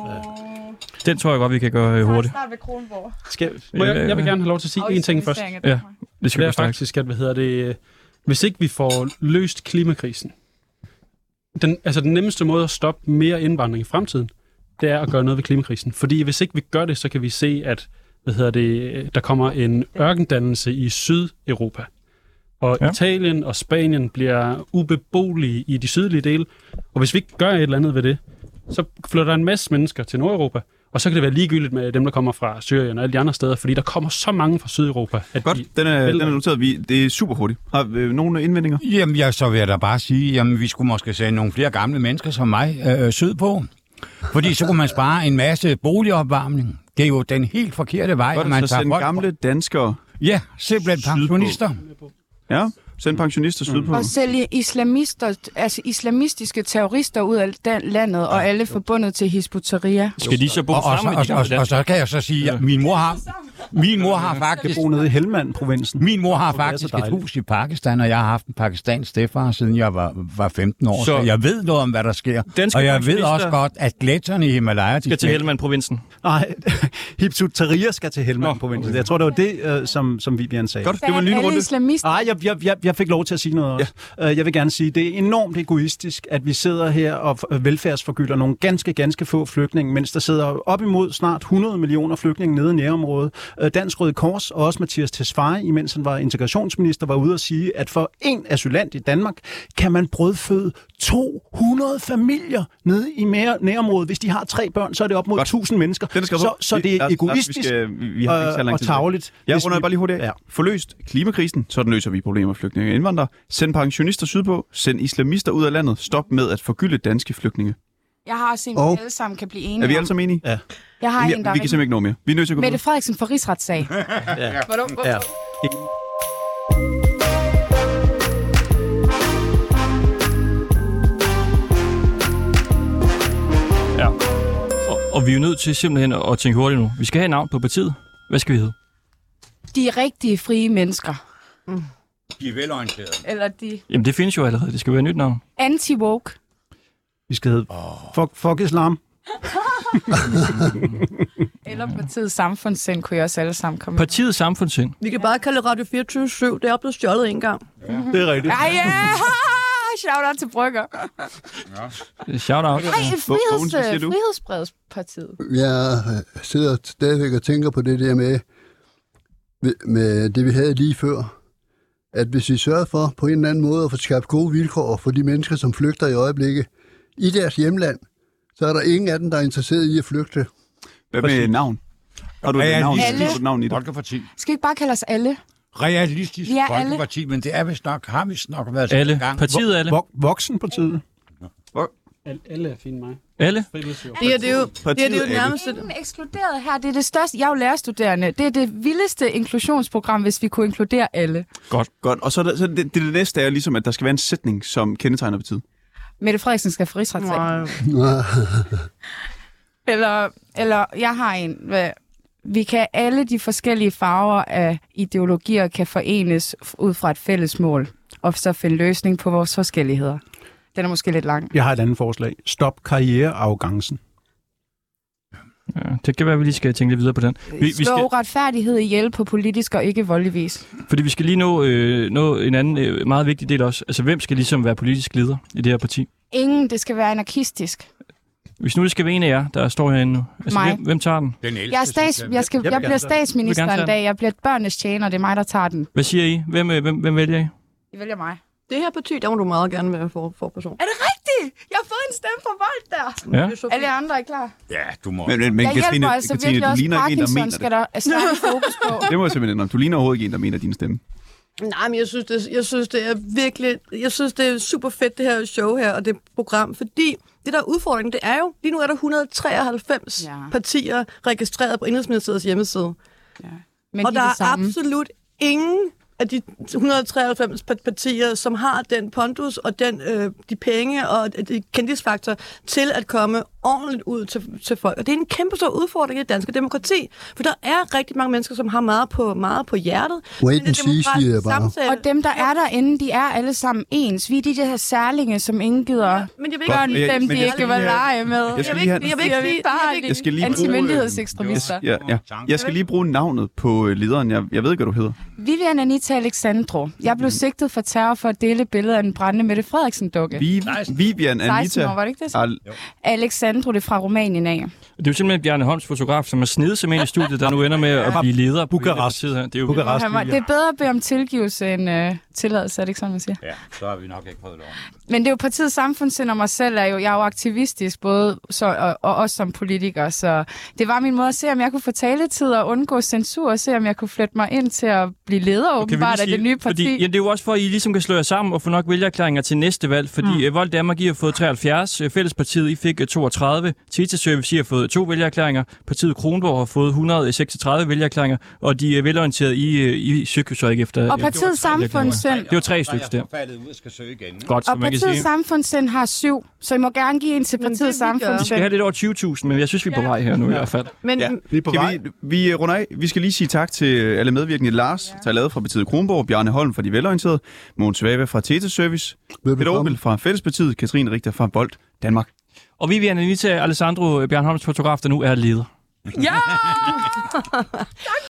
Den tror jeg godt, vi kan gøre øh, hurtigt. Start ved Kronborg. Skal, må jeg, jeg vil gerne have lov til at sige en ting først. Ja, det Det skal er vi snakke. faktisk, at hvad hedder det, hvis ikke vi får løst klimakrisen, den, altså den nemmeste måde at stoppe mere indvandring i fremtiden, det er at gøre noget ved klimakrisen. Fordi hvis ikke vi gør det, så kan vi se, at hvad hedder det, der kommer en ørkendannelse i Sydeuropa. Og Ja. ja. Italien og Spanien bliver ubeboelige i de sydlige dele. Og hvis vi ikke gør et eller andet ved det, så flytter der en masse mennesker til Nordeuropa. Og så kan det være ligegyldigt med dem, der kommer fra Syrien og alle de andre steder, fordi der kommer så mange fra Sydeuropa. At Godt, de den er, vælter. den er noteret. Vi, det er super hurtigt. Har øh, nogle indvendinger? Jamen, ja, så vil jeg da bare sige, jamen, vi skulle måske sende nogle flere gamle mennesker som mig øh, sydpå. Fordi så kunne man spare en masse boligopvarmning. Det er jo den helt forkerte vej, Godt, man så tager send folk gamle danskere. Ja, simpelthen pensionister. Ja, send pensionister sydpå. Og sælge islamister, altså islamistiske terrorister ud af den landet, og alle forbundet til Hizb ut-Tahrir. Skal de så bo Og, og, sammen og, med og, de og, og så kan jeg så sige, at min mor har, min mor har faktisk... bo nede i Helmand-provinsen. Min mor har Det er så faktisk et dejligt. hus i Pakistan, og jeg har haft en pakistansk stedfar, siden jeg var, var femten år. Så, Så- så jeg ved noget om, hvad der sker. Danske Og jeg ved pensionister også godt, at gletsjerne i Himalaya... de skal til smelter. Helmand-provinsen. Nej, Hizb ut-Tahrir skal til Helmand-provinsen. Jeg tror, det var det, øh, som, som Vivian sagde. Godt, det var en Alle lynrunde. islamister. Nej, jeg, jeg, jeg, jeg fik lov til at sige noget også. Ja. Jeg vil gerne sige, det er enormt egoistisk, at vi sidder her og f- velfærdsforgylder nogle ganske, ganske få flygtninge, mens der sidder op imod snart hundrede millioner flygtninge nede i nærområdet, Øh, Dansk Røde Kors og også Mathias Tesfaye, imens han var integrationsminister, var ude at sige, at for en asylant i Danmark kan man brødføde to hundrede familier nede i mere nærområdet. Hvis de har tre børn, så er det op mod Godt. tusind mennesker. Så, så det er Lars, egoistisk Lars, vi skal, vi, vi har ikke så lang og tid. tarveligt. Jeg runder bare lige hurtigt af. Ja. Få løst klimakrisen, så den løser vi problemer med flygtninge og indvandrere. Send pensionister sydpå. Send islamister ud af landet. Stop med at forgylde danske flygtninge. Jeg har også en, Og- vi alle sammen kan blive enige Er vi om. alle sammen enige? Ja. Jeg har Vi, en, vi der kan simpelthen ikke nå mere. Vi er nødt til at gå Mette videre. Frederiksen for rigsretssag. Ja. Hvordan- Ja. Ja. Og, og vi er jo nødt til simpelthen at tænke hurtigt nu. Vi skal have et navn på partiet. Hvad skal vi hedde? De rigtige frie mennesker. De er velorienterede. Eller de Jamen, det findes jo allerede. Det skal være et nyt navn. anti-woke. Vi skal hedde fuck, fuck islam. Eller partiet Samfundssind kunne jeg også alle sammen komme. Partiet Samfundssind. Vi kan bare kalde det Radio fireogtyve syv. Det er blevet stjålet en gang. Det er rigtigt. Ej, ja! Shout out til Brygger. Shout out. Ej, Bogens, friheds, hvad siger du? Frihedsbredspartiet. Jeg sidder stadigvæk og tænker på det der med, med det, vi havde lige før. At hvis vi sørger for på en eller anden måde at få skabt gode vilkår for de mennesker, som flygter i øjeblikket i deres hjemland, så er der ingen af dem, der er interesseret i at flygte. Hvad med navn? Har du et navn, Alle. har du et navn i det? Folkeparti. Skal vi ikke bare kalde os alle? Realistisk Vi er alle. Folkeparti, men det er vist nok, har vi nok været sådan Alle. en gang. Partiet alle. Vok- voksenpartiet. Al- alle er fine mig. Alle. Det her, det er jo, det her, det er jo alle. nærmest... Ingen ekskluderet her. Det er det største. Jeg er jo lærerstuderende. Det er det vildeste inklusionsprogram, hvis vi kunne inkludere alle. Godt. Godt. Og så, er der, så det, det, det næste er ligesom, at der skal være en sætning, som kendetegner partiet. Mette Frederiksen skal få rigsretssag. Nej. Eller, eller jeg har en. Hvad, vi kan alle de forskellige farver af ideologier kan forenes ud fra et fælles mål, og så finde løsning på vores forskelligheder. Den er måske lidt lang. Jeg har et andet forslag. Stop karrierearrogancen. Ja, det kan være, at vi lige skal tænke lidt videre på den. Vi, vi Slå skal, uretfærdighed ihjel på politisk og ikke voldelig vis. fordi vi skal lige nå, øh, nå en anden øh, meget vigtig del også. Altså, hvem skal ligesom være politisk leder i det her parti? Ingen, det skal være anarkistisk. Hvis nu det skal være en af jer, der står herinde nu. Altså, Mig. hvem, hvem tager den? Den ældste, Jeg, er stats, synes jeg, skal, Jeg vil jeg gerne bliver tage den. statsminister Du vil gerne en tage dag. Jeg bliver et børnenes tjener. Det er mig, der tager den. Hvad siger I? Hvem, øh, hvem, hvem vælger I? I vælger mig. Det her parti, der må du meget gerne være for, for person. Er det rigtigt? Jeg har fået en stemme for Volt der. Ja. Det er så Alle andre er klar. Ja, du må. Men, men, men Jeg Katrine, hjælper altså Katrine, virkelig du også ligner ikke en, der Parkinson, mener skal det. der stærk fokus på. Det må jeg simpelthen indrømme. Du ligner overhovedet ikke en, der mener din stemme. Nej, men jeg synes, det, jeg synes, det er virkelig... Jeg synes, det er super fedt, det her show her, og det program, fordi det der er udfordringen, det er jo... Lige nu er der et hundrede og treoghalvfems Ja. partier registreret på Indrigsministeriets hjemmeside. Men Og de der er er det samme. absolut ingen af de et hundrede og treoghalvfems pa- partier, som har den pondus og den, øh, de penge og de kendisfaktor til at komme ordentligt ud til, til folk. Og det er en kæmpe stor udfordring i det danske demokrati, for der er rigtig mange mennesker, som har meget på, meget på hjertet. Wait Men and det see, demokratiske siger jeg bare. samtale- Og dem, der er derinde, de er alle sammen ens. Vi er de der særlinge, som ingen gider Men jeg vil ikke... børn, Men jeg- dem men de jeg ikke skal vil lige have- lege med. Jeg skal Jeg vil lige ikke, have... jeg vil ikke sige... Jeg vil ikke, Jeg skal lige bruge... Antimyndighedsekstremister. Ja, ja. Jeg skal lige bruge navnet på øh, lederen. Jeg, jeg ved ikke, hvad du hedder. Vivian Anita Alexandro. Jeg blev sigtet for terror for at dele billeder af en brændende Mette Frederiksen-dukke. Vi, Vivian seksten Anita... år, var det ikke det? Al- Alexandro, det er fra Rumænien af. Det er jo simpelthen Bjarne Holms fotograf, som har snedet sig med ind i studiet, der nu ender med at blive leder på Bukarest. partiet her. Det er jo Bukarest. Han var, det er bedre at bede om tilgivelse end øh, tilladelse, er det ikke sådan, man siger? Ja, så har vi nok ikke prøvet det over. Men det er jo partiet Samfundssind og mig selv, er jo, jeg er jo aktivistisk, både så, og, og også som politiker, så det var min måde at se, om jeg kunne få taletid og undgå censur, og se, om jeg kunne flytte mig ind til at blive leder åbenbart af det nye parti. Fordi, ja, det er jo også for, at I ligesom kan slå jer sammen og få nok vælgererklæringer til næste valg, fordi mm. Volt Danmark, I har fået treoghalvfjerds, Fællespartiet, I fik toogtredive, Tita Service, I har fået to vælgererklæringer, partiet Kronborg har fået et hundrede og seksogtredive vælgererklæringer, og de er velorienterede, I, I søger så ikke efter... Og partiet Samfundssind, Det var tre stykker der. Jeg er faldet ud og skal søge igen. Godt, så og man kan partiet sige... Samfundssind har syv, så I må gerne give en til Men det, partiet vi gør- Vi skal Samfundssind. have lidt over tyve tusind, men jeg synes, vi er på vej her nu i hvert fald. Men, Ja. Vi er på vej. Skal vi, vi runder af. Vi skal lige sige tak til alle medvirkende. Lars, der er lavet fra partiet Kronborg, Bjarne Holm fra De Velorienterede, Mogens Svave fra Teta Service, Peter Opel fra Fællespartiet, Katrine Richter fra Volt Danmark. Og Vivian Anita Alessandro, Bjarne Holms fotograf, der nu er leder. Ja!